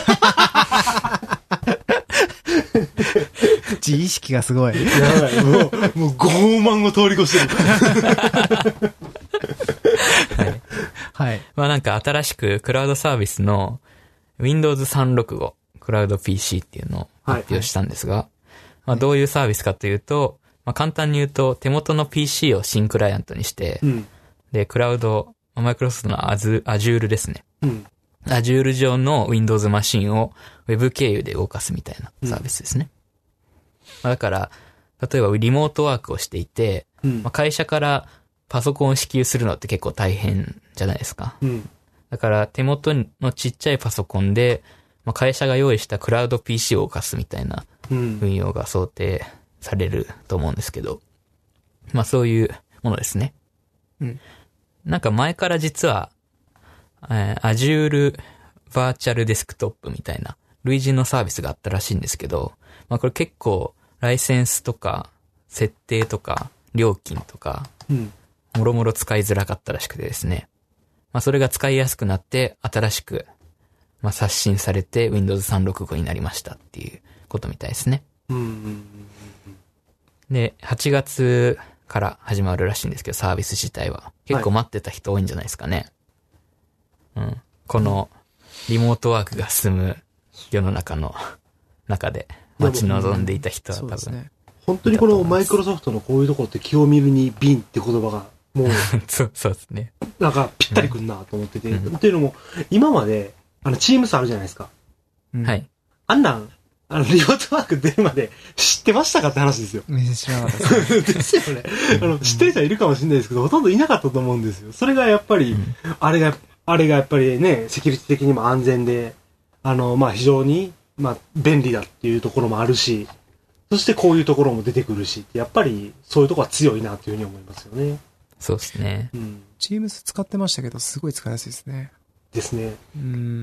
自意識がすごい。 やばい。もう、もう傲慢を通り越してる。 はい。 はい。 まあなんか新しくクラウドサービスの ウィンドウズさんびゃくろくじゅうご クラウド ピーシー っていうのを発表したんですが、はいはい、まあどういうサービスかというと、まあ簡単に言うと手元の ピーシー を新クライアントにして、うん、で、クラウド、マイクロソフトの Azure ですね。うん、Azure 上の Windows マシンを Web 経由で動かすみたいなサービスですね。うんまあ、だから、例えばリモートワークをしていて、うんまあ、会社からパソコンを支給するのって結構大変じゃないですか。うん、だから手元のちっちゃいパソコンで、まあ、会社が用意したクラウド ピーシー を動かすみたいな運用が想定されると思うんですけど、まあそういうものですね。うん、なんか前から実は、えー、Azure Virtual Desktop みたいな類似のサービスがあったらしいんですけど、まあこれ結構ライセンスとか設定とか料金とか、うんもろもろ使いづらかったらしくてですね。まあそれが使いやすくなって新しく、まあ刷新されて ウィンドウズさんびゃくろくじゅうご になりましたっていうことみたいですね。うんうんうんうん、で、はちがつから始まるらしいんですけど、サービス自体は。結構待ってた人多いんじゃないですかね。はい、うん。このリモートワークが進む世の中の中で待ち望んでいた人は多分、ね。 本当にこのマイクロソフトのこういうところって気を見るに瓶って言葉がもう、 そう、そうですね。 なんかぴったりくんなと思ってて、うん、っていうのも、今まで、あの、チームスあるじゃないですか。 うん、はい。 あんなん、あの、リモートワーク出るまで知ってましたかって話ですよ。 知らなかったです。 ですよね。あの、知ってる人はいるかもしれないですけど、ほとんどいなかったと思うんですよ。それがやっぱり、うん、あれが、あれがやっぱりね、セキュリティ的にも安全で、あの、まあ、非常に、まあ、便利だっていうところもあるし、そしてこういうところも出てくるし、やっぱりそういうところは強いなというふうに思いますよね。 そうですね。 うん。Teams 使ってましたけど、すごい使いやすいですね。 ですね。 うん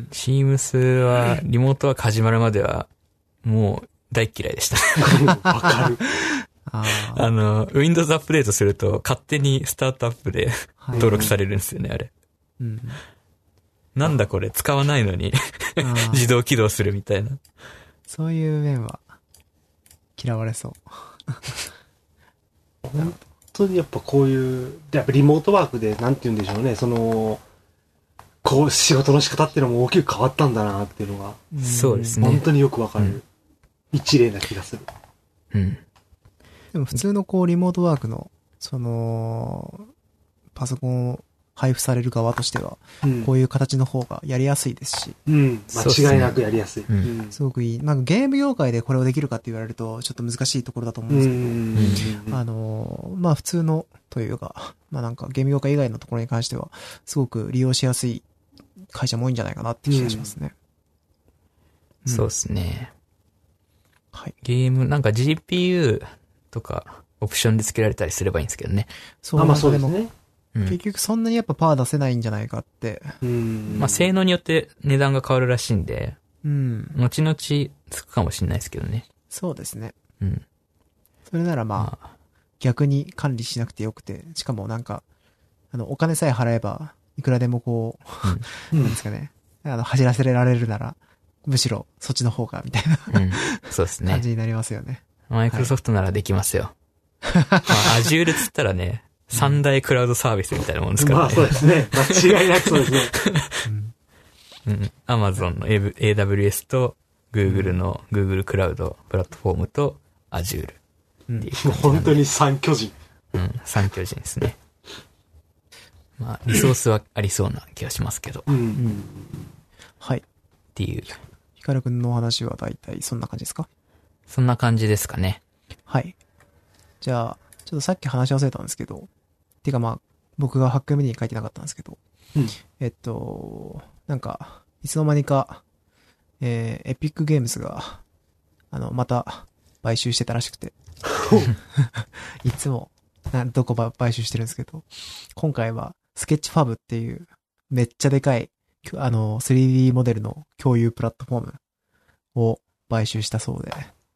。Teams は、リモートワーク始まるまでは、もう大嫌いでした。 わかる。 あ, あの、Windows アップデートすると、勝手にスタートアップで登録されるんですよね、あれ。うん。なんだこれ、使わないのに自動起動するみたいな。 そういう面は、嫌われそう。 本当にやっぱこういう、やっぱリモートワークで、なんて言うんでしょうね、その、こう仕事の仕方っていうのも大きく変わったんだなっていうのが、 そうですね。 本当によくわかる、うん、一例な気がする。 うん。でも普通のこうリモートワークの、その、パソコンを配布される側としては、うん、こういう形の方がやりやすいですし。 うん。間違いなくやりやすい。 すね、うん。すごくいい。なんかゲーム業界でこれをできるかって言われると、ちょっと難しいところだと思うんですけど、うん、あの、まあ普通のというか、まあなんかゲーム業界以外のところに関しては、すごく利用しやすい会社も多いんじゃないかなって気がしますね。 うん、そうですね。 はい。 ゲーム、なんか ジーピーユー とかオプションで付けられたりすればいいんですけどね。 そう、あ、まあそうですね。 結局そんなにやっぱパワー出せないんじゃないかって。 うん。まあ性能によって値段が変わるらしいんで、うん。後々つくかもしれないですけどね。 そうですね。うん。それならまあ、逆に管理しなくてよくて、しかもなんか、あの、お金さえ払えば、いくらでもこう、うん、なんですかね。あの、走らせられるなら、むしろそっちの方が、みたいな、うん。 そうですね。 感じになりますよね。 マイクロソフトならできますよ。はい、まあ、Azure つったらね、三大クラウドサービスみたいなもんですからね。 まあそうですね。間違いなくそうですね。 うん。Amazon の エーダブリューエス と Google の Google クラウドプラットフォームと Azure。 うん、本当に三巨人。 うん、三巨人ですね。まあ、リソースはありそうな気がしますけど。 うんうん、はい。 っていう。 ヒカルくんのお話は大体そんな感じですか？ そんな感じですかね。 はい。じゃあ、ちょっとさっき話し忘れたんですけど、てかまあ、僕がハック エムディー に書いてなかったんですけど、うん、えっと、なんか、いつの間にか、えー、エピックゲームズが、あの、また、買収してたらしくて。いつも、などこば買収してるんですけど、今回は、スケッチファブっていう、めっちゃでかい、あの、スリーディー モデルの共有プラットフォームを買収したそうで。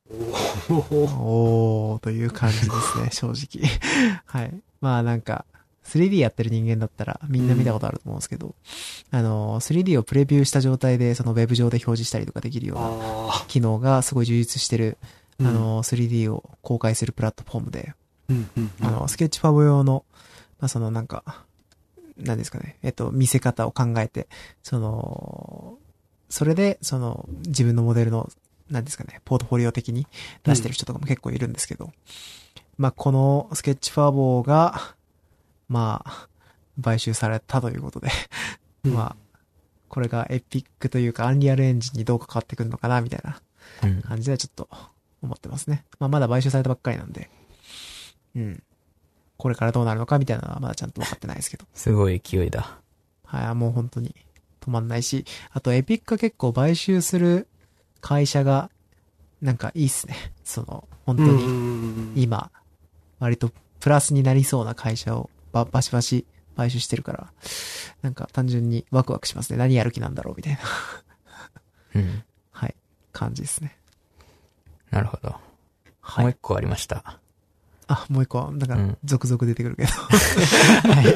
おー、という感じですね、正直。はい。まあなんか、スリーディー やってる人間だったらみんな見たことあると思うんですけど、うん、あの、スリーディー をプレビューした状態でそのウェブ上で表示したりとかできるような機能がすごい充実してる、あの、スリーディー を公開するプラットフォームで、うんうんうん、あの、スケッチファブ用の、まあそのなんか、何ですかね、えっと、見せ方を考えて、その、それで、その、自分のモデルの、何ですかね、ポートフォリオ的に出してる人とかも結構いるんですけど、うん、まあこのスケッチファボが、まあ、買収されたということで、うん、まあ、これがエピックというかアンリアルエンジンにどう関わってくるのかな、みたいな感じではちょっと思ってますね。まあまだ買収されたばっかりなんで、うん。これからどうなるのかみたいなのはまだちゃんと分かってないですけど。 すごい勢いだ。 はい、もう本当に止まんないし、あとエピックが結構買収する会社が、なんかいいっすね。その、本当に、今、割とプラスになりそうな会社をババシバシ買収してるから、なんか単純にワクワクしますね。何やる気なんだろうみたいな。 うん。 はい。感じですね。 なるほど。はい、もう一個ありました。 あ、もう一個は、だから、続々出てくるけど。うん、はい。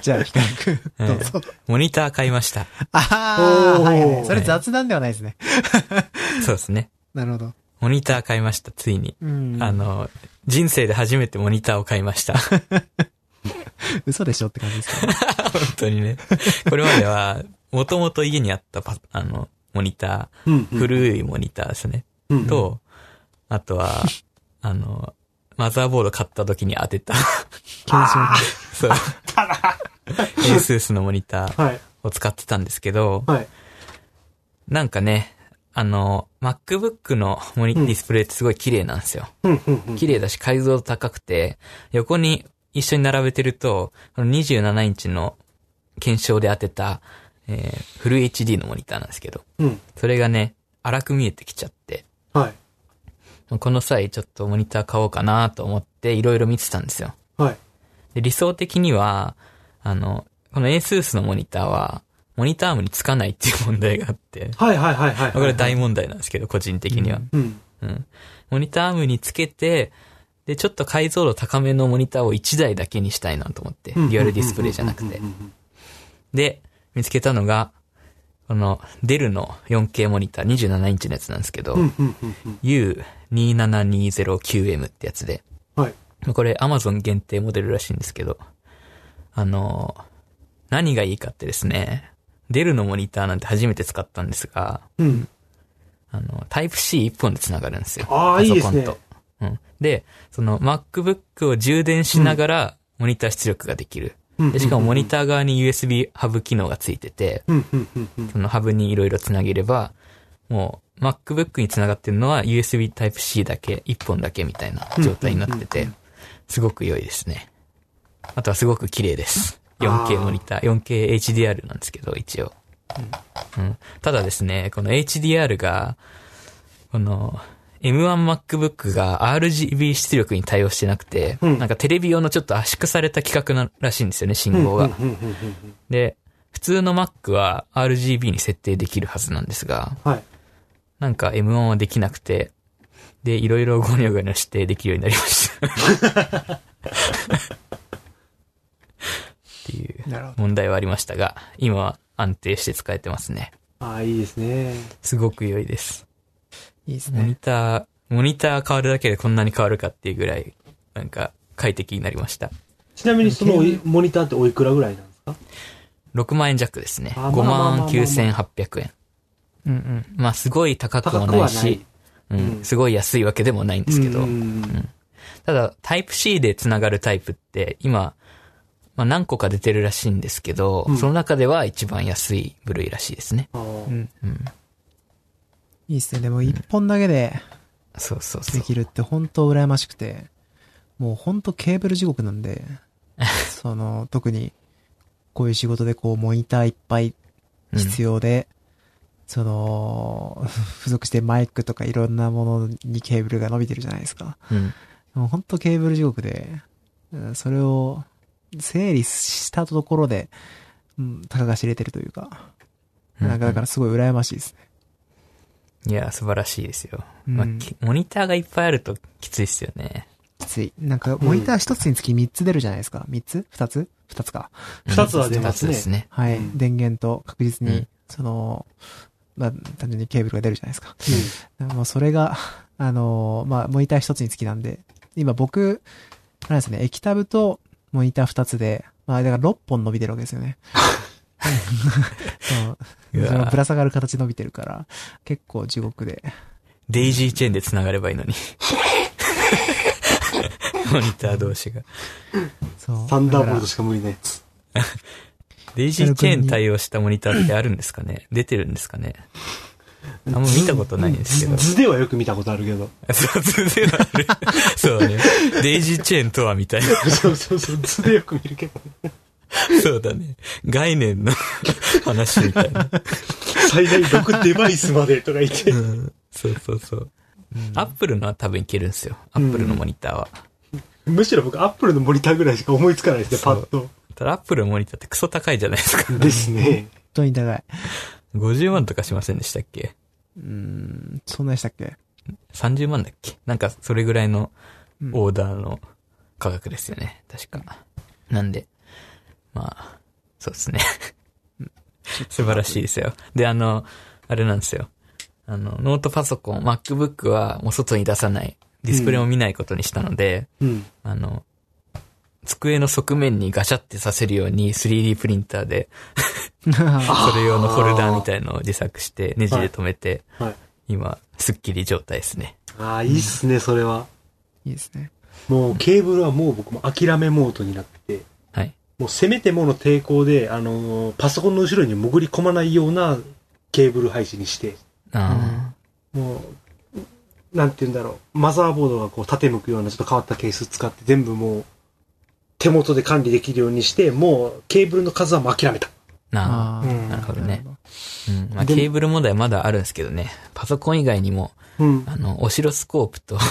じゃあ、ヒカルくん、どうぞ、 えー。モニター買いました。 ああ、はいはい。それ雑談ではないですね。 そうですね。 なるほど。 モニター買いました、ついに。うん、あの、人生で初めてモニターを買いました。 嘘でしょって感じですかね。 本当にね。これまでは、もともと家にあったパ、あの、モニター、うんうん、古いモニターですね。うんうん、と、あとは、あの、マザーボード買った時に当てた。 検証そう。エースース のモニターを使ってたんですけど、はい、なんかね、あの、MacBook のモニ、うん、ディスプレイってすごい綺麗なんですよ。綺麗だし解像度高くて、横に一緒に並べてると、このにじゅうななインチの検証で当てた、えー、フル エイチディー のモニターなんですけど、うん、それがね、荒く見えてきちゃって、はい、この際ちょっとモニター買おうかなと思っていろいろ見てたんですよ。はい、で理想的には、あの、この エースース のモニターは、モニターアームにつかないっていう問題があって。 はいはいはいはい。 これ大問題なんですけど、個人的には。うん。うん。モニターアームにつけて、で、ちょっと解像度高めのモニターをいちだいだけにしたいなと思って。デュアルディスプレイじゃなくて。で、見つけたのが、この、デルの よんケー モニター、にじゅうななインチのやつなんですけど、ユーにーななにーぜろきゅうエム ってやつで。はい。これ Amazon 限定モデルらしいんですけど、あの、何がいいかってですね、デルのモニターなんて初めて使ったんですが、うん、あの、タイプ シーいっ 本で繋がるんですよ。 ああ、いいですね。 うん。で、その MacBook を充電しながら、モニター出力ができる。うん、でしかもモニター側に ユーエスビー ハブ機能がついてて、うん、そのハブにいろいろ繋げれば、もう MacBook に繋がってるのは ユーエスビー タイプ シー だけ、いっぽんだけみたいな状態になってて、すごく良いですね。あとはすごく綺麗です。よんケー モニター、よんケーエイチディーアール なんですけど、一応。うんうん、ただですね、この エイチディーアール が、この エムワンマックブック が アールジービー 出力に対応してなくて、うん、なんかテレビ用のちょっと圧縮された規格ならしいんですよね、信号が。で、普通の Mac は アールジービー に設定できるはずなんですが、はい、なんか エムワン はできなくて、で、いろいろゴニョゴニョしてできるようになりました。っていう問題はありましたが、今は安定して使えてますね。 ああ、いいですね。 すごく良いです。 いいですね。 モニター、モニター変わるだけでこんなに変わるかっていうぐらい、なんか快適になりました。 ちなみにそのモニターっておいくらぐらいなんですか？ ろくまんえん弱ですね。ごまんきゅうせんはっぴゃくえん。うんうん。まあすごい高くもないし、うん、すごい安いわけでもないんですけど、うんうん、 ただ、タイプ C で繋がるタイプって、今、まあ何個か出てるらしいんですけど、うん、その中では一番安い部類らしいですね。うん。うん。 いいっすね。でも一本だけで、 そうそうそう。 できるって本当羨ましくて、もう本当ケーブル地獄なんで、その、特に、こういう仕事でこう、モニターいっぱい必要で、うん、その、付属してマイクとかいろんなものにケーブルが伸びてるじゃないですか。うん。もう本当ケーブル地獄で、それを整理したところで、うん、たかが知れてるというか、なんかだからすごい羨ましいですね。 いや、素晴らしいですよ。うん、まあ、モニターがいっぱいあるときついですよね。 きつい。なんか、モニター一つにつき三つ出るじゃないですか。三つ二つ二つか。 二つは出ますね。 二つですね。 はい。うん、電源と確実に、うん、その、まあ、単純にケーブルが出るじゃないですか。うん。もうそれが、あの、まあ、モニター一つにつきなんで、今僕、あれですね、液タブとモニター二つで、まあ、だからろっぽん伸びてるわけですよね。そう。そのぶら下がる形伸びてるから、結構地獄で。 デイジーチェーンで繋がればいいのに。モニター同士が。 そう。サンダーボルトしか無理なやつ。 デイジーチェーン対応したモニターってあるんですかね？出てるんですかね？あんま見たことないんですけど。 図ではよく見たことあるけど。 そう、図ではある。そうね。デイジーチェーンとはみたいな。 そうそうそう、図でよく見るけど。 そうだね。概念の話みたいな。 最大ろくデバイスまでとか言って。 うん、そうそうそう。アップルのは多分いけるんですよ。アップルのモニターは。 うん、むしろ僕、アップルのモニターぐらいしか思いつかないですね、パッと。 ただ、アップルのモニターってクソ高いじゃないですか。 ですね。 本当に高い。 ごじゅうまんとかしませんでしたっけ？ うーん、そんなでしたっけ？ さんじゅうまんだっけ？なんか、それぐらいのオーダーの価格ですよね。確か。なんで、まあ、そうですね。素晴らしいですよ。で、あの、あれなんですよ。あの、ノートパソコン、MacBook はもう外に出さない。ディスプレイを見ないことにしたので、うん、あの、机の側面にガシャってさせるように スリーディー プリンターで、それ用のフォルダーみたいのを自作して、ネジで留めて、はいはい、今、スッキリ状態ですね。 ああ、いいっすね、それは。 いいですね。 もう、ケーブルはもう僕も諦めモードになって、はい。もうせめてもの抵抗で、あのー、パソコンの後ろに潜り込まないようなケーブル配置にして、あもう、なんて言うんだろう。マザーボードがこう縦向くようなちょっと変わったケース使って全部もう手元で管理できるようにして、もうケーブルの数はもう諦めた。 ああ、うん、なるほどね。うん。まあ、ケーブル問題まだあるんですけどね。パソコン以外にも、うん、あの、オシロスコープと、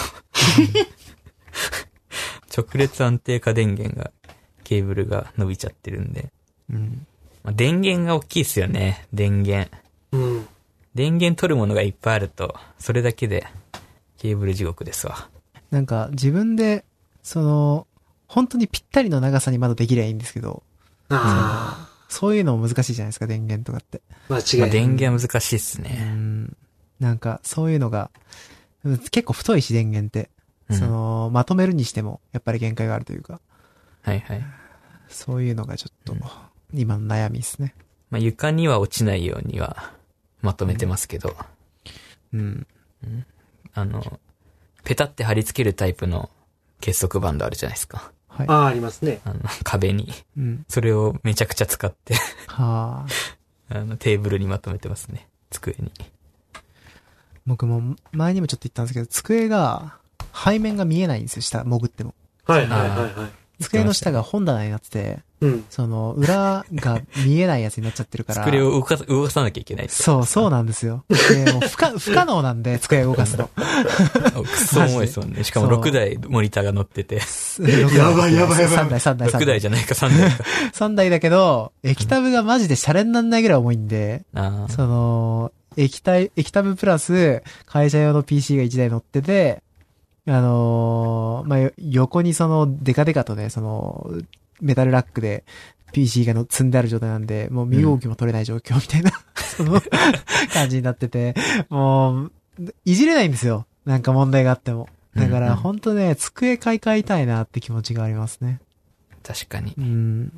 直列安定化電源が、ケーブルが伸びちゃってるんで。うん。まあ、電源が大きいですよね。電源。うん。電源取るものがいっぱいあると、それだけでケーブル地獄ですわ。 なんか自分で、その、本当にぴったりの長さにまだできりゃいいんですけど、あそういうのも難しいじゃないですか、電源とかって。 間違いない。まあ、電源は難しいっすね。 うん。なんかそういうのが、結構太いし電源って、うん、その、まとめるにしてもやっぱり限界があるというか。 はいはい。 そういうのがちょっと、うん、今の悩みですね。 まあ、床には落ちないようには、まとめてますけど。うん。うん、あの、ペタって貼り付けるタイプの結束バンドあるじゃないですか。 はい。ああ、ありますね。 あの、壁に。うん。それをめちゃくちゃ使って。はあ。あの、テーブルにまとめてますね。机に。 僕も前にもちょっと言ったんですけど、机が、背面が見えないんですよ、下、潜っても。 はいはいはいはい。 机の下が本棚になってて、うん、その、裏が見えないやつになっちゃってるから。 机を動か、動かさなきゃいけない。 そう、そうなんですよ。で、もう不可、不可能なんで、机を動かすの。 くそ重いですもんね。しかもろくだいモニターが乗ってて。 やばいやばいやばい。 さんだい、さんだい、さんだい。 ろくだいじゃないか、さんだいか。 さんだいだけど、液タブがマジでシャレになんないぐらい重いんで、あその、液体、液タブプラス、会社用の ピーシー がいちだい乗ってて、あのー、まあ、横にその、デカデカとね、その、メタルラックで ピーシー がの積んである状態なんで、もう身動きも取れない状況みたいな、うん、その感じになってて、もう、いじれないんですよ。なんか問題があっても。だからほんとね、机買い替えたいなって気持ちがありますね。 確かに。うん。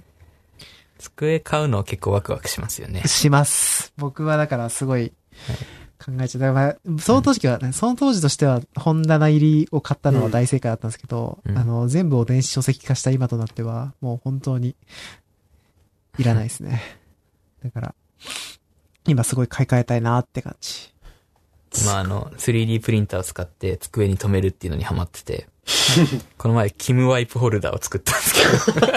机買うの結構ワクワクしますよね。 します。僕はだからすごい、 考えちゃう。だから、その当時は、ね、その当時としては本棚入りを買ったのは大正解だったんですけど、うん、あの、全部を電子書籍化した今となっては、もう本当に、いらないですね。だから、今すごい買い替えたいなって感じ。 まああの、スリーディー プリンターを使って机に留めるっていうのにハマってて、この前、キムワイプホルダーを作ったんですけど。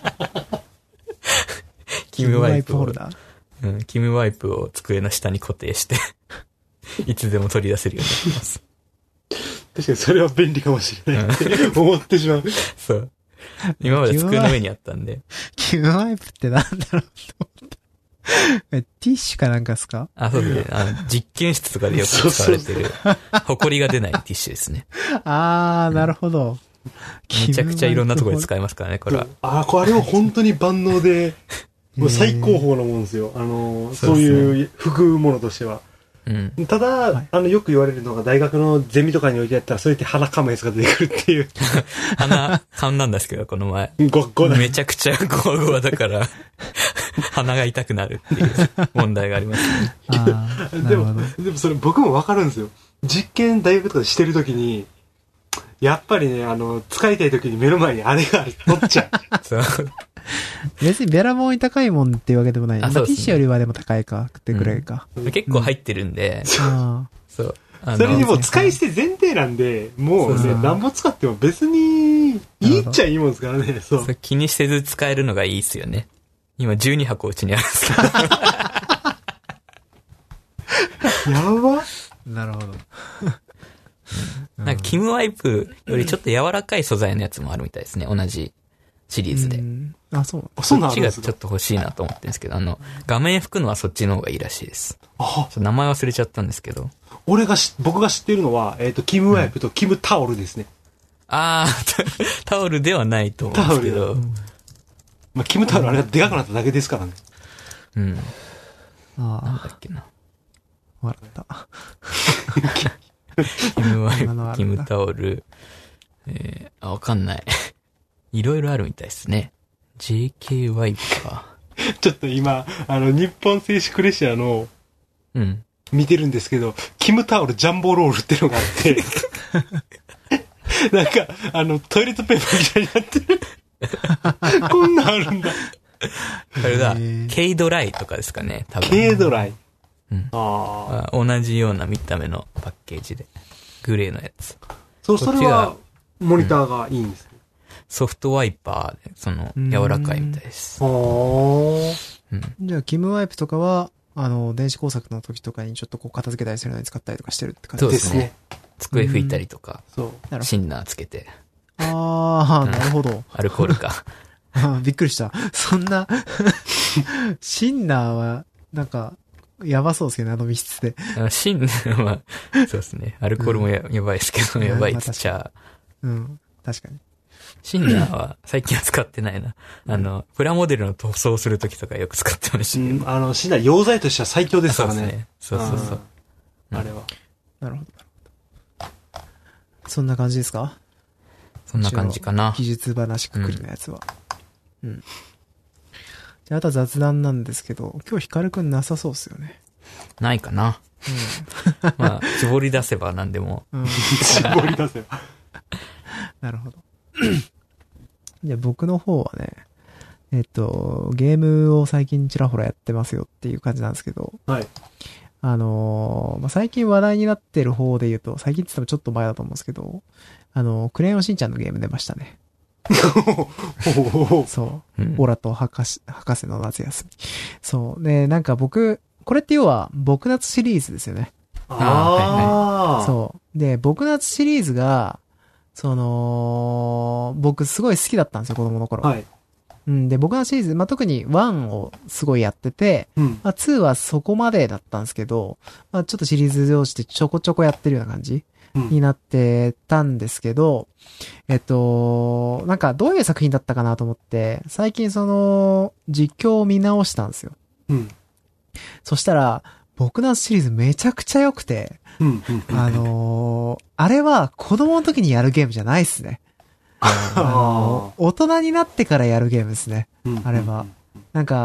キムワイプホルダーうん、キムワイプを机の下に固定して、いつでも取り出せるようになってます。 確かにそれは便利かもしれないって思ってしまう。 そう。今まで机の上にあったんで。 キムワイプってなんだろうと思った。え、ティッシュかなんかですか？ あ、そうですね。あの、実験室とかでよく使われてる、ホコリが出ないティッシュですね。 あー、なるほど。 めちゃくちゃいろんなところで使えますからね、これは。 あ、これは本当に万能で、もう最高峰のもんですよ。あの、そういう服物としては。うん、ただ、はい、あの、よく言われるのが、大学のゼミとかに置いてあったら、そうやって鼻かむやつが出てくるっていう。 鼻、噛んだんですけど、この前。 ご、ごめちゃくちゃゴワゴワだから、鼻が痛くなるっていう問題がありますね。 あでも、でもそれ僕もわかるんですよ。実験大学とかでしてるときに、やっぱりね、あの、使いたいときに目の前にあれが取っちゃう。そう。 別にベラボンに高いもんっていうわけでもない。あ、そうですね。ティッシュよりはでも高いか、ってくらいか。 うん、結構入ってるんで。 うん、 そう。 それにもう使い捨て前提なんで、もうね、何本使っても別にいいっちゃいいもんですからね。そう。 そう気にせず使えるのがいいっすよね。今じゅうにはこうちにあるんですけど。やばなるほど。 なんかキムワイプよりちょっと柔らかい素材のやつもあるみたいですね。同じシリーズで。 あ、そう。 そっちがちょっと欲しいなと思ってるんですけど、あの、画面拭くのはそっちの方がいいらしいです。あ名前忘れちゃったんですけど。 俺がし、僕が知ってるのは、えっと、キムワイプとキムタオルですね。 うん、あー、タオルではないと思うんですけど。 まあ、キムタオルあれがでかくなっただけですからね。 うん。 ああ。 なんだっけな。 笑った。 キムワイプ、キムタオル、えー、あ、わかんない。いろいろあるみたいですね。ジェーケー ワイプか。 ちょっと今、あの、日本製紙クレシアの、 うん。 見てるんですけど、キムタオルジャンボロールっていうのがあって、なんか、あの、トイレットペーパーみたいになってる。こんなんあるんだ。 これが、ケイドライとかですかね、多分。 ケイドライ。 うん、あ同じような見た目のパッケージで。グレーのやつ。 そう、それは、モニターがいいんです、ねうん、ソフトワイパーで、その、柔らかいみたいです。 ああ、うん。じゃあ、キムワイプとかは、あの、電子工作の時とかにちょっとこう片付けたりするのに使ったりとかしてるって感じですね。そうですね。 机拭いたりとか、 そう。 シンナーつけて。 ああ、なるほど。 アルコールか。 びっくりした。そんな、シンナーは、なんか、やばそうですけどね、あの密室で。 シンナーは、そうですね。アルコールも や,、うん、やばいですけど、やばいっつっちゃ。 うん、確かに。 シンナーは最近は使ってないな。あの、プラモデルの塗装するときとかよく使ってましたけど。 うん、あの、シンナー溶剤としては最強ですからね。 そうですね。そうそうそう。 うん、あれは。 なるほど。そんな感じですか？ そんな感じかな。 技術話くくりのやつは。うん。うん、じゃあ、あとは雑談なんですけど、今日ヒカルくんなさそうっすよね。 ないかな。うん。まあ、絞り出せば何でも。 うん、絞り出せば。 なるほど。じゃあ僕の方はね、えっと、ゲームを最近ちらほらやってますよっていう感じなんですけど、 はい。 あのー、まあ、最近話題になってる方で言うと、最近って言ってもちょっと前だと思うんですけど、あの、クレヨンしんちゃんのゲーム出ましたね。そう。うん、オラと博士、博士の夏休み。そう。で、なんか僕、これって要は、僕夏シリーズですよね。 ああ、はいはい。そう。で、僕夏シリーズが、その、僕すごい好きだったんですよ、子供の頃。 はい。 うん、で、僕のシリーズ、まあ、特にワンをすごいやってて、うん、まあ、ツーはそこまでだったんですけど、まあ、ちょっとシリーズ上してちょこちょこやってるような感じ、うん、になってたんですけど、えっと、なんかどういう作品だったかなと思って、最近その、実況を見直したんですよ。 うん。 そしたら、僕のシリーズめちゃくちゃ良くて、 うんうん、 あのー、あれは子供の時にやるゲームじゃないっすね。あのー、大人になってからやるゲームですね。あれは。なんか、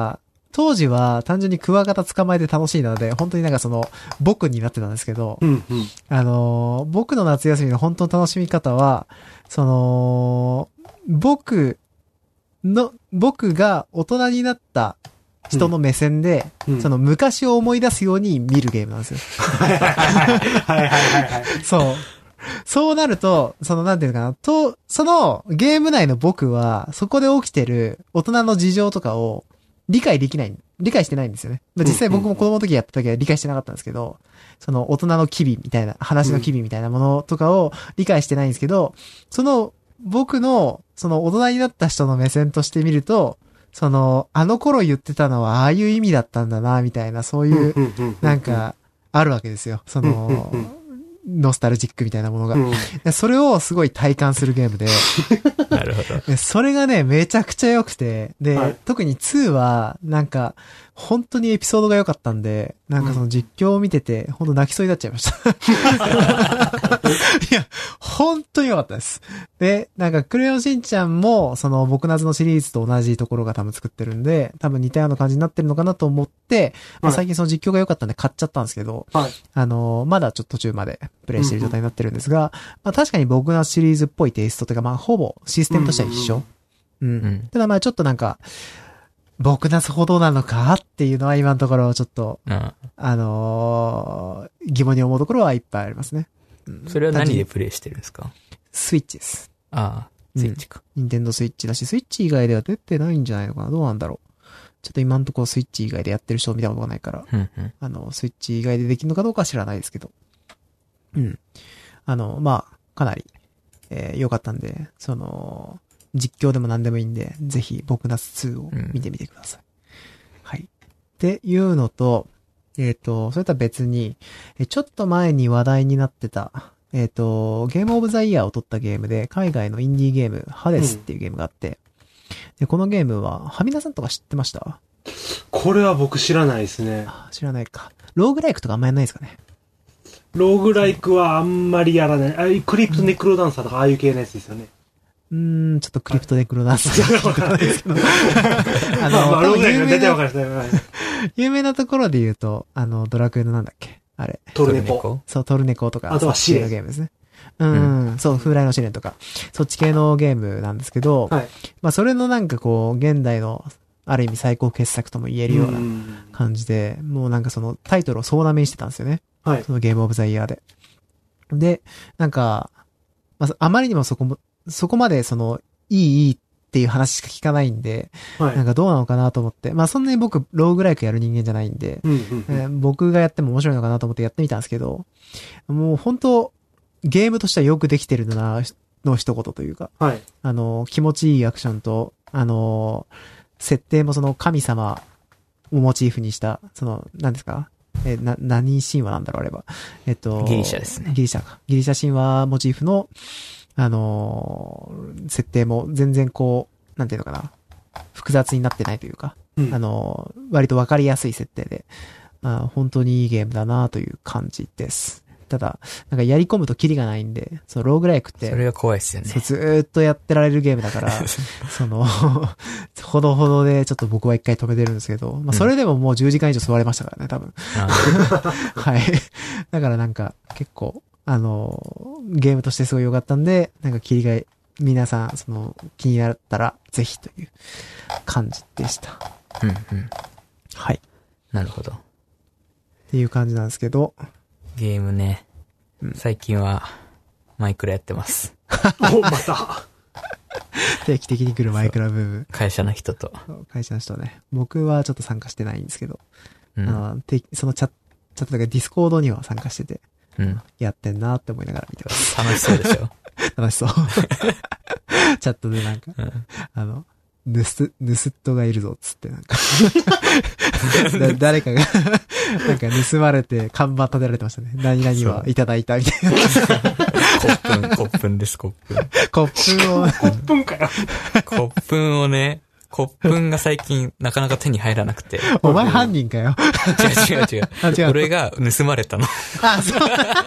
当時は単純にクワガタ捕まえて楽しいので、本当になんかその、僕になってたんですけど、 うんうん、 あの、僕の夏休みの本当の楽しみ方は、その、僕の、僕が大人になった人の目線で、うん、その昔を思い出すように見るゲームなんですよ。はいはいはいはい。そう。そうなると、そのなんていうのかな、と、そのゲーム内の僕は、そこで起きてる大人の事情とかを理解できない、理解してないんですよね。実際僕も子供の時やった時は理解してなかったんですけど、その大人の機微みたいな、話の機微みたいなものとかを理解してないんですけど、その僕の、その大人になった人の目線として見ると、その、あの頃言ってたのはああいう意味だったんだな、みたいな、そういう、なんか、あるわけですよ。その、ノスタルジックみたいなものが。うん、それをすごい体感するゲームで。 なるほど。 それがね、めちゃくちゃ良くて、で、はい、特にツーは、なんか、本当にエピソードが良かったんで、なんかその実況を見てて、本当泣きそうになっちゃいました。いや、本当に良かったです。で、なんか、クレヨンしんちゃんも、その、僕夏のシリーズと同じところが多分作ってるんで、多分似たような感じになってるのかなと思って、まあ、最近その実況が良かったんで買っちゃったんですけど、はい、あの、まだちょっと途中までプレイしてる状態になってるんですが、うんうん、まあ確かに僕夏シリーズっぽいテイストというか、まあほぼシステムとしては一緒。うんうんうん。うん、ただまあちょっとなんか、僕夏ほどなのかっていうのは今のところちょっと、うん、あのー、疑問に思うところはいっぱいありますね。 うん、それは何でプレイしてるんですか？ スイッチです。 ああ、スイッチか。 ニンテンドースイッチだし、スイッチ以外では出てないんじゃないのかな？どうなんだろう。ちょっと今のところスイッチ以外でやってる人を見たことがないから、 うんうん、 あの、スイッチ以外でできるのかどうかは知らないですけど。うん。あの、まあ、かなり、えー、良かったんで、その、実況でも何でもいいんで、ぜひ、僕夏ツーを見てみてください。うん、はい。っていうのと、えっと、それとは別に、えちょっと前に話題になってた、えっと、ゲームオブザイヤーを取ったゲームで、海外のインディーゲーム、ハデスっていうゲームがあって、うん、で、このゲームは、はみなさんとか知ってました？ これは僕知らないですね。 知らないか。ローグライクとかあんまやんないですかね。 ローグライクはあんまりやらない。ああいうクリプトネクロダンサーとかああいう系のやつですよね。 うーん、ちょっとクリプトネクロダンサーが聞いてないですけど。 あの、まあ、ローグライク出てわかる人は有名なところで言うと、あの、ドラクエのなんだっけあれ。 トルネコ。 そう、トルネコとか。 あとはシレンのゲームですね。うん、うん、そう、風来の試練とか、そっち系のゲームなんですけど、はい、まあそれのなんかこう、現代の、ある意味最高傑作とも言えるような感じで、もうなんかそのタイトルを総なめにしてたんですよね。はい。そのゲームオブザイヤーで。で、なんか、まあ、あまりにもそこも、そこまでその、いいいいっていう話しか聞かないんで、はい、なんかどうなのかなと思って、まあそんなに僕、ローグライクやる人間じゃないんで、うんうんうんえー、僕がやっても面白いのかなと思ってやってみたんですけど、もう本当ゲームとしてはよくできてるな、の一言というか、はい、あの、気持ちいいアクションと、あの、設定もその神様をモチーフにした、その、何ですかえ、な、何神話なんだろうあれば。えっと、 ギリシャですね。 ギリシャか。ギリシャ神話モチーフの、あのー、設定も全然こう、なんていうのかな。複雑になってないというか、うん、あのー、割とわかりやすい設定で、あ、本当にいいゲームだなという感じです。ただ、なんかやり込むとキリがないんで、そのローグライクって、 それが怖いですよね。 ずーっとやってられるゲームだから、その、ほどほどでちょっと僕は一回止めてるんですけど、まあそれでももうじゅうじかん以上座れましたからね、多分。はい。だからなんか結構、あの、ゲームとしてすごい良かったんで、なんかキリがい、皆さん、その、気になったらぜひという感じでした。 うんうん。 はい。 なるほど。 っていう感じなんですけど、 ゲームね、うん、最近はマイクラやってます。 お、また定期的に来るマイクラブーム。 会社の人と。 会社の人ね。僕はちょっと参加してないんですけど、 うん、 あそのチャット、チャットとかディスコードには参加してて、 うん、 やってんなって思いながら見てます。 楽しそうでしょ楽しそう。チャットでなんか、うん、あの、ぬす、ぬすっとがいるぞっつってなんかだ誰かがなんか盗まれて看板立てられてましたね。何々はいただいたみたいな。 コップン、コップンです、コップン。 コップンを。 コップンかよ。 コップンをね、コップンが最近なかなか手に入らなくて。 お前犯人かよ。 違う違う違う。あ、違う。俺が盗まれたの。 あ、そう。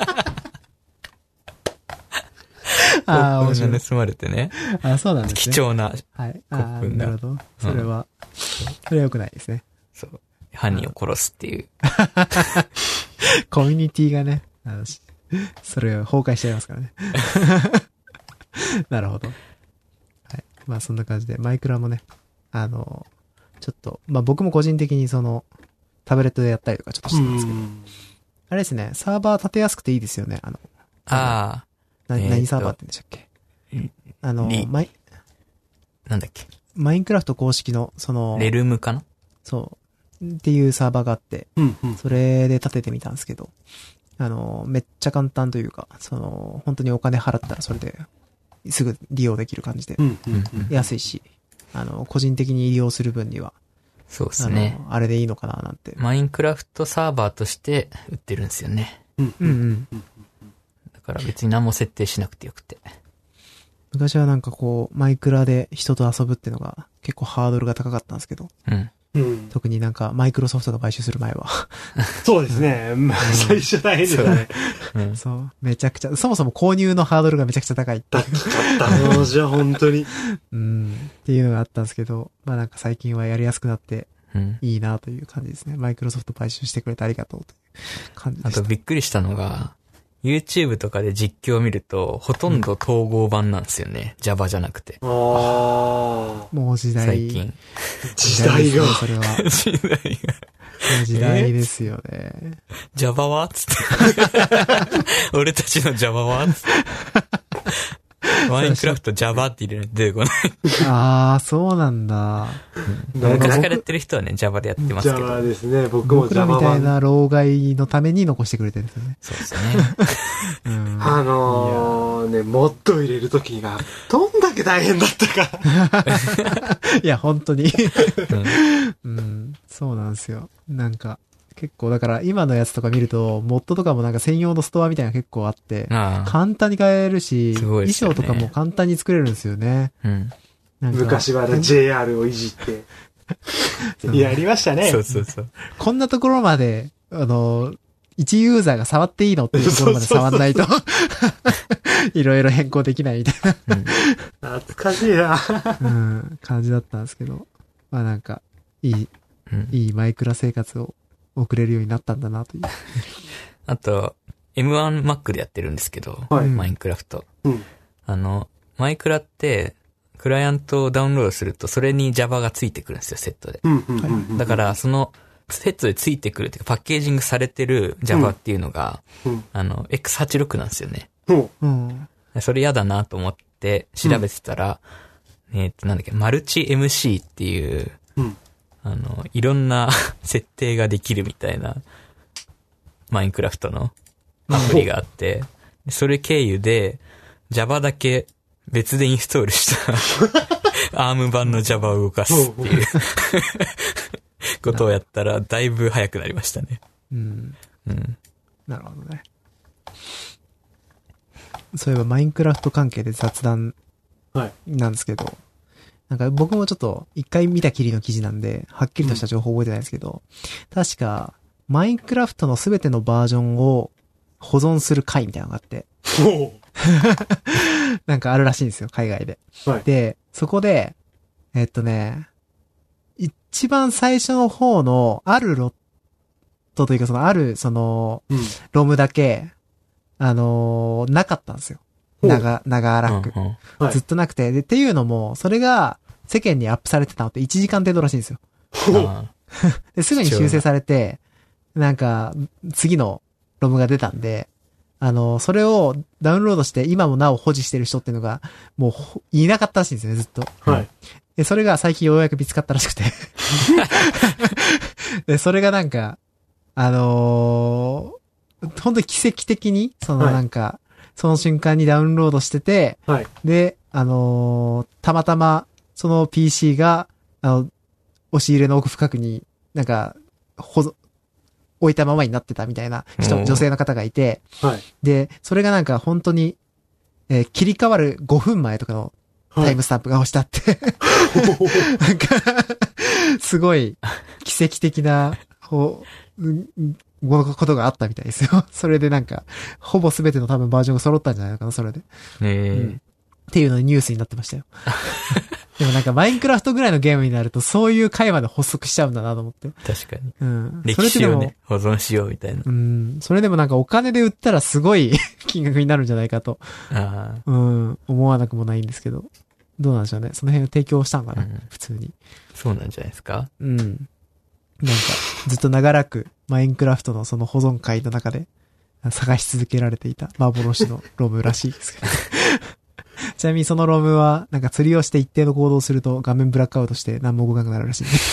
ああ、面白い。盗まれてね。 あ、そうなんですね。 貴重なコップンが。なるほど。それは、うん、それは良くないですね。 そう。犯人を殺すっていう。 コミュニティがね、あのそれを崩壊しちゃいますからね。なるほど。はい。まあそんな感じで、マイクラもね、あの、ちょっと、まあ僕も個人的にその、タブレットでやったりとかちょっとしてたんですけど、あれですね、サーバー立てやすくていいですよね、あの。 ああ。 な、えー、何サーバーって言うんでしたっけ？あの、マイ、 なんだっけ？ マインクラフト公式の、その、 レルムかな？ そう。っていうサーバーがあって、うんうん、それで立ててみたんですけど、あの、めっちゃ簡単というか、その、本当にお金払ったらそれですぐ利用できる感じで、うんうんうん、安いし、あの、個人的に利用する分には、 そうですね。 あ, あれでいいのかななんて。 マインクラフトサーバーとして売ってるんですよね。 うんうん。 だから別に何も設定しなくてよくて。 昔はなんかこう、マイクラで人と遊ぶっていうのが結構ハードルが高かったんですけど。うん。特になんかマイクロソフトが買収する前は。 そうですね。うん、最初大変でしたね。 そう、そう。めちゃくちゃ、そもそも購入のハードルがめちゃくちゃ高いって。 だったのじゃ本当に。 うん。っていうのがあったんですけど、まあなんか最近はやりやすくなって、いいなという感じですね。マイクロソフト買収してくれてありがとうという感じでした。 あとびっくりしたのが、YouTube とかで実況を見ると、ほとんど統合版なんですよね。うん、Java じゃなくて。 ああ。 もう時代。 最近。 時代が。 それは。 時代が。 もう時代ですよね。 Java はつって。俺たちの Java はつって。マインクラフト Java って入れるの出てこない。 ああ、そうなんだ。 昔からやってる人はね、Java でやってますけど。 Java ですね。僕も Java 僕らみたいな老害のために残してくれてるんですよね。 そうですね。 うん、 あのー、ね、モッド入れるときが、どんだけ大変だったか。 いや、本当に、うん。うん。そうなんですよ。なんか、結構だから今のやつとか見ると、モッドとかもなんか専用のストアみたいなの結構あって、ああ簡単に買えるし、ね、衣装とかも簡単に作れるんですよね。 うん、 なんか昔は ジェイアール をいじって。やりましたね。 そうそうそう。 こんなところまで、あの、一ユーザーが触っていいのっていうところまで触んないと、いろいろ変更できないみたいな、 うん。懐かしいな、 うん。感じだったんですけど、まあなんか、いい、うん、いいマイクラ生活を送れるようになったんだなという。 あと、エムワンマック でやってるんですけど、はい、マインクラフト。うん、あの、マイクラって、クライアントをダウンロードすると、それに Java がついてくるんですよ、セットで。だから、その、セットでついてくるっていうか、パッケージングされてる Java っていうのが、うん、あの、エックスはちじゅうろく なんですよね。うん、それ嫌だなと思って調べてたら、うん、えっと、なんだっけ、マルチ エムシー っていう、うんあの、いろんな設定ができるみたいな、マインクラフトのアプリがあって、それ経由で Java だけ別でインストールしたアーム版の Java を動かすっていうことをやったらだいぶ早くなりましたね。 うん。うん。なるほどね。そういえばマインクラフト関係で雑談なんですけど、はいなんか僕もちょっと一回見たきりの記事なんで、はっきりとした情報覚えてないんですけど、うん、確か、マインクラフトのすべてのバージョンを保存する会みたいなのがあって、なんかあるらしいんですよ、海外で。はい、で、そこで、えっとね、一番最初の方のあるロットというかそのあるその、うん、ロムだけ、あのー、なかったんですよ。長、長らく、うんうんはい。ずっとなくて。で、っていうのも、それが世間にアップされてたのっていちじかん程度らしいんですよ。ですぐに修正されて、なんか、次のロムが出たんで、あの、それをダウンロードして今もなお保持してる人っていうのが、もういなかったらしいんですよね、ずっと。はい。で、それが最近ようやく見つかったらしくて。で、それがなんか、あのー、本当に奇跡的に、そのなんか、はいその瞬間にダウンロードしてて、はい、で、あのー、たまたま、その ピーシー が、あの、押し入れの奥深くに、なんか、ほぞ、置いたままになってたみたいな人、女性の方がいて、はい、で、それがなんか本当に、えー、切り替わるごふんまえとかのタイムスタンプが押してあって、はい、なんか、すごい奇跡的な、ほう、ことがあったみたいですよ。それでなんか、ほぼすべての多分バージョンが揃ったんじゃないのかな、それで。 へー、うん。 っていうのでニュースになってましたよ。でもなんかマインクラフトぐらいのゲームになるとそういう回まで発足しちゃうんだなと思って。 確かに。 うん。 歴史をね、保存しようみたいな。 うん。それでもなんかお金で売ったらすごい金額になるんじゃないかと。 ああ。 うん。思わなくもないんですけど。どうなんでしょうね。その辺を提供したんかな、うん、普通に。 そうなんじゃないですか。 うん。なんか、ずっと長らくマインクラフトのその保存会の中で探し続けられていた幻のロムらしいですけど。ちなみにそのロムは、なんか釣りをして一定の行動をすると画面ブラックアウトして何も動かなくなるらしいんで。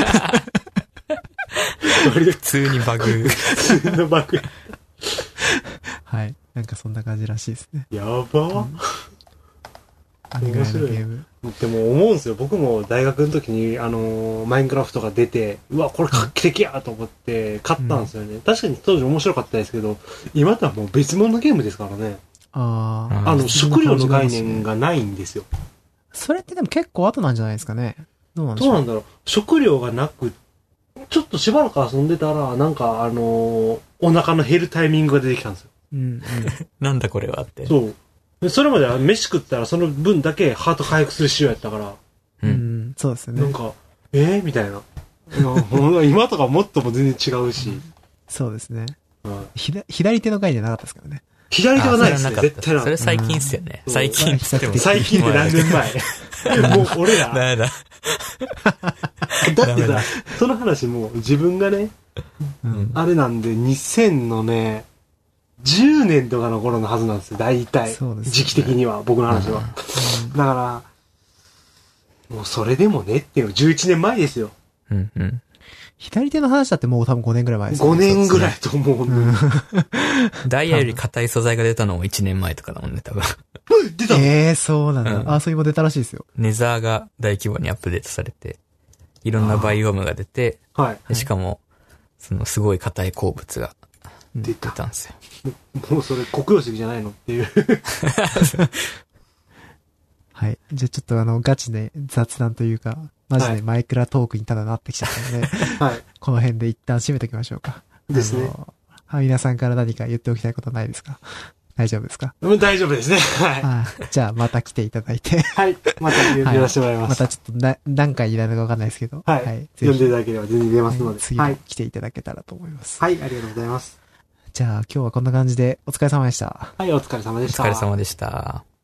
普通にバグ。 普通のバグ。 はい。なんかそんな感じらしいですね。 やばー。うん面白いゲーム。 でも思うんですよ。僕も大学の時に、あのー、マインクラフトが出て、うわ、これ画期的やと思って買ったんですよね。うん、確かに当時面白かったですけど、今とはもう別物のゲームですからね。 ああ。あの、食料の概念がないんですよ。 それってでも結構後なんじゃないですかね。どうなんでしょう。 どうなんだろう。食料がなく、ちょっとしばらく遊んでたら、なんかあのー、お腹の減るタイミングが出てきたんですよ。 うん、うん。 なんだこれはって。 そう。それまでは飯食ったらその分だけハート回復する仕様やったから。 うん、そうですよね。 なんか、えー、みたいな。今とかもっとも全然違うし。 そうですね。 うん、 左手の概念なかったですからね。 左手はないですね、絶対な。 それ最近っすよね。最近って言っても。最近って何年前もう俺ら。 ダメだ。 だってさ、その話も自分がね、うん、あれなんでにせんのね、じゅうねんとかの頃のはずなんですよ、大体。そうですね、時期的には、僕の話は。うん、だから、もうそれでもねっていうのじゅういちねんまえですよ。 うんうん。 左手の話だってもう多分ごねんぐらい前ですね。ごねんぐらいと思うんで。うん、 ダイヤより硬い素材が出たのもいちねんまえとかだもんね、多分。 出たの？ ええー、そうなんだ。うん、あ、そういうも出たらしいですよ。 ネザーが大規模にアップデートされて、いろんなバイオームが出て、 はい。 しかも、そのすごい硬い鉱物が出たんですよ。 もうそれ黒曜石じゃないのっていう。 はい。じゃあちょっとあの、ガチで雑談というか、マジでマイクラトークにただなってきちゃったので、はい。この辺で一旦締めておきましょうか。 ですね。 はい。皆さんから何か言っておきたいことないですか？大丈夫ですか？ うん、大丈夫ですね。はい。 あじゃあまた来ていただいて。 はい。また呼らせてもらいます。はい、 またちょっとな何回いられるかわかんないですけど。 はい。はい、呼んでいただければ全然出ますので。 次も来ていただけたらと思います。 はい。ありがとうございます。 じゃあ今日はこんな感じでお疲れ様でした。 はい、お疲れ様でした。 お疲れ様でした。